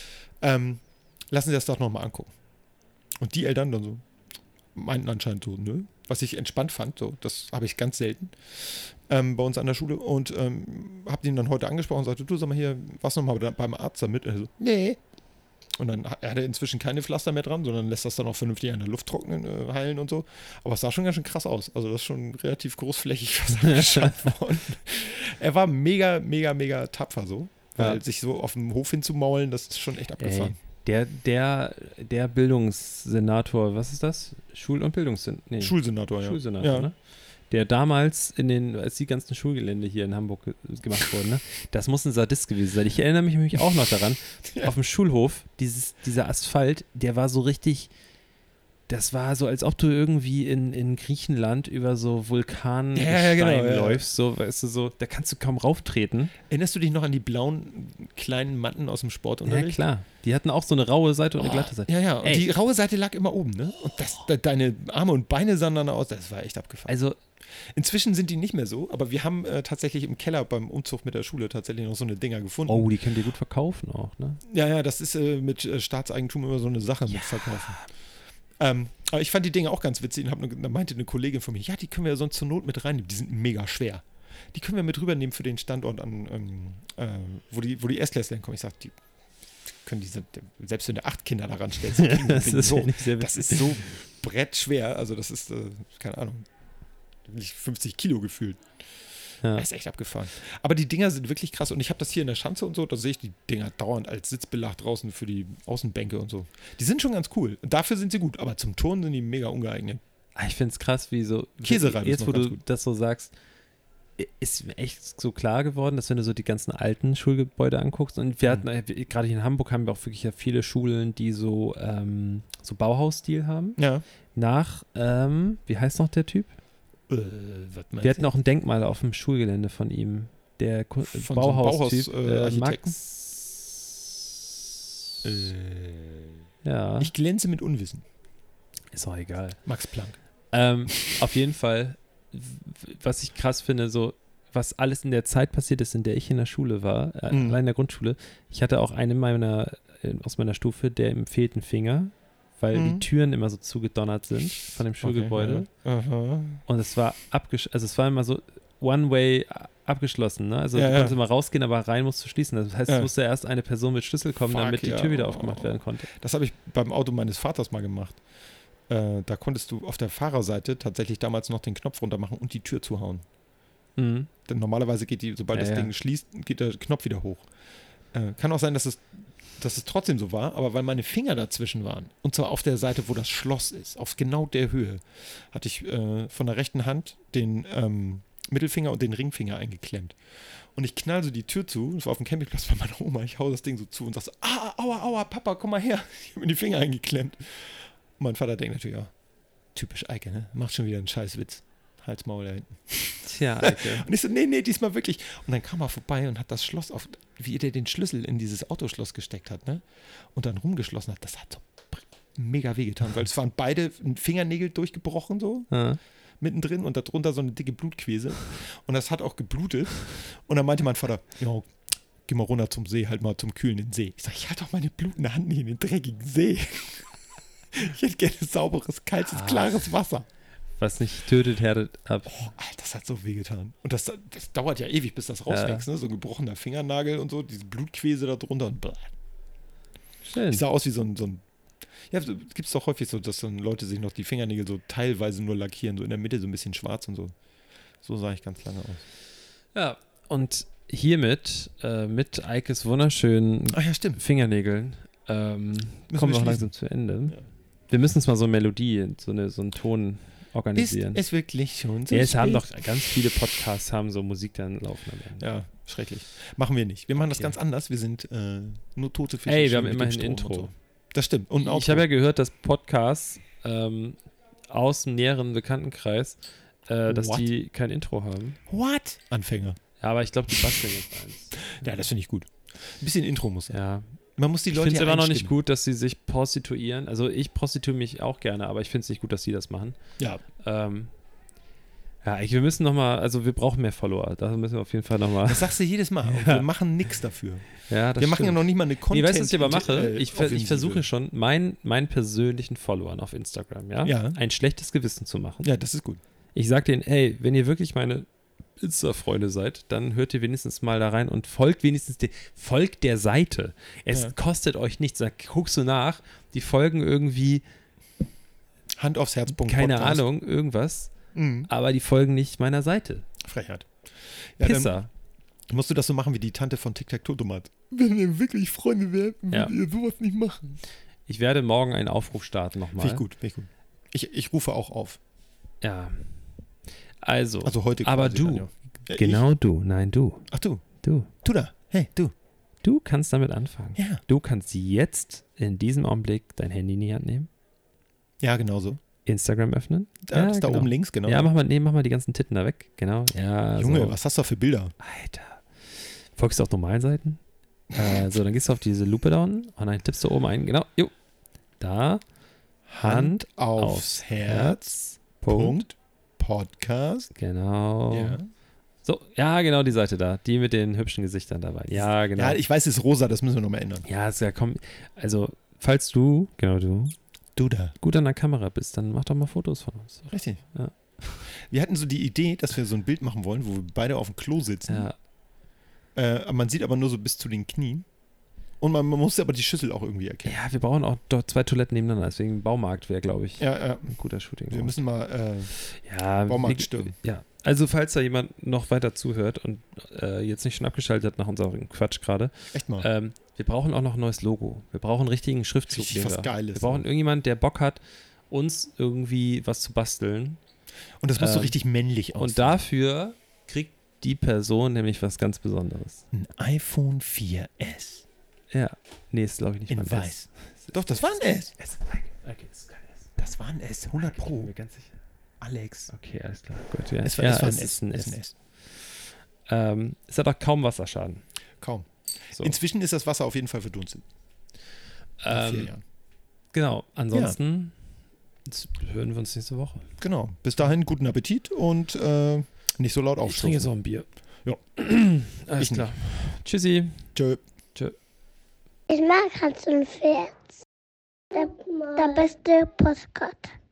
Ähm, lassen Sie das doch nochmal angucken. Und die Eltern dann so, meinten anscheinend so, nö. Was ich entspannt fand, so, das habe ich ganz selten ähm, bei uns an der Schule. Und ähm, habe ihn dann heute angesprochen und sagte, du, sag mal hier, was nochmal beim Arzt damit? Und er so, nee. Und dann hat er inzwischen keine Pflaster mehr dran, sondern lässt das dann auch vernünftig an der Luft trocknen, äh, heilen und so. Aber es sah schon ganz schön krass aus. Also das ist schon relativ großflächig was angeschafft worden. Er war mega, mega, mega tapfer so. Weil Ja. sich so auf dem Hof hinzumaulen, das ist schon echt abgefahren. Ey, der, der, der Bildungssenator, was ist das? Schul- und Bildungssenator. Nee, Schulsenator, ja. Schulsenator, ja. ne? Der damals in den, als die ganzen Schulgelände hier in Hamburg ge gemacht wurden, ne? Das muss ein Sadist gewesen sein. Ich erinnere mich nämlich auch noch daran, Ja. auf dem Schulhof, dieses, dieser Asphalt, der war so richtig, das war so, als ob du irgendwie in, in Griechenland über so Vulkangestein Ja, ja, genau, ja. läufst, so, weißt du, so, da kannst du kaum rauftreten. Erinnerst du dich noch an die blauen kleinen Matten aus dem Ja, Sportunterricht? klar. Die hatten auch so eine raue Seite und eine glatte Seite. Ja, ja, und Ey. die raue Seite lag immer oben, ne? Und das, de, deine Arme und Beine sahen dann aus, das war echt abgefahren. Also, Inzwischen sind die nicht mehr so, aber wir haben äh, tatsächlich im Keller beim Umzug mit der Schule tatsächlich noch so eine Dinger gefunden. oh, die könnt ihr gut verkaufen auch, ne? Ja, ja, das ist äh, mit äh, Staatseigentum immer so eine Sache mit Verkaufen. Ähm, aber ich fand die Dinge auch ganz witzig und hab ne, da meinte eine Kollegin von mir, ja, die können wir ja sonst zur Not mit reinnehmen, die sind mega schwer. Die können wir mit rübernehmen für den Standort, an, ähm, äh, wo, die, wo die Erstklässler hinkommen. Ich sag, die können diese, selbst wenn du acht Kinder daran stellst, die kriegen Das das, ist so, ja nicht sehr das witzig. ist so brettschwer, also das ist, äh, keine Ahnung, nicht fünfzig Kilo gefühlt. Ja. Das ist echt abgefahren. Aber die Dinger sind wirklich krass und ich habe das hier in der Schanze und so, da sehe ich die Dinger dauernd als Sitzbelag draußen für die Außenbänke und so. Die sind schon ganz cool. Und dafür sind sie gut, aber zum Turnen sind die mega ungeeignet. Ah, ich finde es krass, wie so. Käsereiben ist Jetzt, noch wo du ganz gut. das so sagst, i- ist mir echt so klar geworden, dass wenn du so die ganzen alten Schulgebäude anguckst, und wir hatten, äh, wir- gerade hier in Hamburg haben wir auch wirklich ja viele Schulen, die so, ähm, so Bauhausstil haben. Ja. Nach, ähm, wie heißt noch der Typ? Äh, was meinst Wir hatten du? auch ein Denkmal auf dem Schulgelände von ihm. Der Ku- Von so einem Bauhaustyp, Bauhaus, äh, äh, Architekten? Max. Äh, Ja, ich glänze mit Unwissen. ist auch egal. Max Planck. Ähm, auf jeden Fall, w- was ich krass finde, so, was alles in der Zeit passiert ist, in der ich in der Schule war, äh, Mhm. allein in der Grundschule. Ich hatte auch einen meiner, äh, aus meiner Stufe, der ihm fehlt ein Finger, weil Mhm. die Türen immer so zugedonnert sind von dem Schulgebäude. Okay, ja. Aha. Und es war abgesch also es war immer so One-Way abgeschlossen, ne? Also Ja, du ja. konntest immer rausgehen, aber rein musst du schließen. Das heißt, Ja. es musste erst eine Person mit Schlüssel kommen, Fuck, damit die ja. Tür wieder aufgemacht werden konnte. Das habe ich beim Auto meines Vaters mal gemacht. Äh, da konntest du auf der Fahrerseite tatsächlich damals noch den Knopf runter machen und die Tür zuhauen. Mhm. Denn normalerweise geht die, sobald Ja, das ja. Ding schließt, geht der Knopf wieder hoch. Äh, kann auch sein, dass es, dass es trotzdem so war, aber weil meine Finger dazwischen waren, und zwar auf der Seite, wo das Schloss ist, auf genau der Höhe, hatte ich äh, von der rechten Hand den ähm, Mittelfinger und den Ringfinger eingeklemmt. Und ich knall so die Tür zu, das war auf dem Campingplatz bei meiner Oma, ich hau das Ding so zu und sag so, ah, aua, aua, Papa, komm mal her. Ich hab mir die Finger eingeklemmt. Und mein Vater denkt natürlich, ja, typisch Eike, ne? Macht schon wieder einen Scheißwitz. Hals, Maul da hinten. Tja, Eike. Und ich so, nee, nee, diesmal wirklich. Und dann kam er vorbei und hat das Schloss auf, wie der den Schlüssel in dieses Autoschloss gesteckt hat, ne? Und dann rumgeschlossen hat. Das hat so mega wehgetan, weil es waren beide Fingernägel durchgebrochen so, Ja. mittendrin und darunter so eine dicke Blutquese. Und das hat auch geblutet. Und dann meinte mein Vater, ja, geh mal runter zum See, halt mal zum kühlenden See. Ich sag, ich halte doch meine blutende Hand nicht in den dreckigen See. Ich hätte gerne sauberes, kaltes, klares Wasser. Was nicht tötet, härtet ab. Oh, Alter, das hat so wehgetan. Und das, das dauert ja ewig, bis das rauswächst, ne? So ein gebrochener Fingernagel und so, diese Blutquese da drunter und blah. Schön. Ich sah aus wie so ein, so ein ja, gibt es doch häufig so, dass dann Leute sich noch die Fingernägel so teilweise nur lackieren, so in der Mitte so ein bisschen schwarz und so. So sah ich ganz lange aus. Ja, und hiermit, äh, mit Eikes wunderschönen Ach ja, stimmt. Fingernägeln, ähm, wir kommen wir auch schließen. langsam zu Ende. Ja. Wir müssen uns mal so eine Melodie, so, eine, so einen Ton Ist organisieren. es wirklich schon so ja, es haben spät? doch ganz viele Podcasts, haben so Musik dann laufen am Ende. Ja, schrecklich. Machen wir nicht. Wir machen das Okay. ganz anders. Wir sind äh, nur tote Fische. Ey, wir haben schwimmen mit dem immerhin ein Strom und Intro. So. Das stimmt. Und ein Ich habe ja gehört, dass Podcasts ähm, aus dem näheren Bekanntenkreis, äh, dass What? die kein Intro haben. What? Anfänger. Ja, aber ich glaube, die basteln jetzt eins. Ja, das finde ich gut. Ein bisschen Intro muss. Ja. Man muss die Ich Leute finde es ja aber noch nicht einstimmen. gut, dass sie sich prostituieren. Also ich prostituiere mich auch gerne, aber ich finde es nicht gut, dass sie das machen. Ja. Ähm, ja, ich, wir müssen nochmal, also wir brauchen mehr Follower. Da müssen wir auf jeden Fall nochmal. Das sagst du jedes Mal. Und Ja. wir machen nichts dafür. Ja, das wir machen ja stimmt. noch nicht mal eine Content. Nee, weißt du, was ich aber mache? äh, Ich, ver ich Offensive. versuche schon, mein, meinen persönlichen Followern auf Instagram, ja, Ja. ein schlechtes Gewissen zu machen. Ja, das ist gut. Ich sage denen, hey, wenn ihr wirklich meine Insta-Freunde seid, dann hört ihr wenigstens mal da rein und folgt wenigstens, de folgt der Seite. Es Ja. kostet euch nichts. Da guckst du nach, die folgen irgendwie, Hand aufs Herz. Punkt, keine Podcast. Ahnung, irgendwas, Mhm. aber die folgen nicht meiner Seite. Frechheit. Ja, dann Pisser. musst du das so machen wie die Tante von Tic-Tac-Toe-Tomat. Wenn ihr wirklich Freunde wärt, würdet Ja. ihr sowas nicht machen. Ich werde morgen einen Aufruf starten nochmal. Finde ich gut, finde ich gut. Ich, ich rufe auch auf. Ja. Also, Also heute aber quasi du, dann, ja. Ja, genau du, nein du, Ich. Ach du, du. du da. Hey, du. Du kannst damit anfangen. Ja. Du kannst jetzt in diesem Augenblick dein Handy in die Hand nehmen, Ja, genau so. Instagram öffnen. Da, Ja, das ist da genau. oben links, genau. Ja, mach mal, nee, mach mal die ganzen Titten da weg. Genau. Ja, Junge, so. was hast du da für Bilder? Alter. Folgst du auf normalen Seiten? äh, so, dann gehst du auf diese Lupe da unten und dann tippst du oben ein. Genau. Jo. Da. Hand aufs Herz. Punkt. Punkt. Podcast. Genau. Ja. So, ja, genau die Seite da. Die mit den hübschen Gesichtern dabei. Ja, genau. Ja, ich weiß, es ist rosa, das müssen wir nochmal ändern. Ja, ist ja komm. Also, falls du, genau du, Du da. gut an der Kamera bist, dann mach doch mal Fotos von uns. Richtig. Ja. Wir hatten so die Idee, dass wir so ein Bild machen wollen, wo wir beide auf dem Klo sitzen. Ja. Äh, man sieht aber nur so bis zu den Knien. Und man, man muss aber die Schüssel auch irgendwie erkennen. Ja, wir brauchen auch dort zwei Toiletten nebeneinander. Deswegen Baumarkt wäre, glaube ich, Ja, ja. ein guter Shooting. Wir müssen mal, äh, ja, Baumarkt wie- stürmen. Ja, also falls da jemand noch weiter zuhört und äh, jetzt nicht schon abgeschaltet hat nach unserem Quatsch gerade, echt mal. ähm, wir brauchen auch noch ein neues Logo. Wir brauchen einen richtigen Schriftzug. Richtig den was wir- Geiles. Wir brauchen irgendjemand, der Bock hat, uns irgendwie was zu basteln. Und das muss so ähm, richtig männlich aussehen. Und dafür kriegt die Person nämlich was ganz Besonderes. Ein iPhone vier S. Ja. Nee, ist glaube ich nicht In mal ein weiß. Doch, das war ein S. S. Okay, das ist kein S. Das war ein S, hundert Bin Pro. mir ganz sicher. Alex. Okay, alles klar. Gut, ja. Es war, ja, es war ein es S. ist ein Es S. ist ein S. Ähm, es hat auch kaum Wasserschaden. Kaum. So. Inzwischen ist das Wasser auf jeden Fall verdunstet. Nach vier Ähm, Jahren. genau, ansonsten jetzt hören wir uns nächste Woche. Genau. Bis dahin guten Appetit und äh, nicht so laut Ich trinke jetzt aufstoßen. auch ein Bier. Ja. Alles Ich klar. Tschüssi. Tschö. Ich mag Hans und Pferd. Der, der beste Postkarte.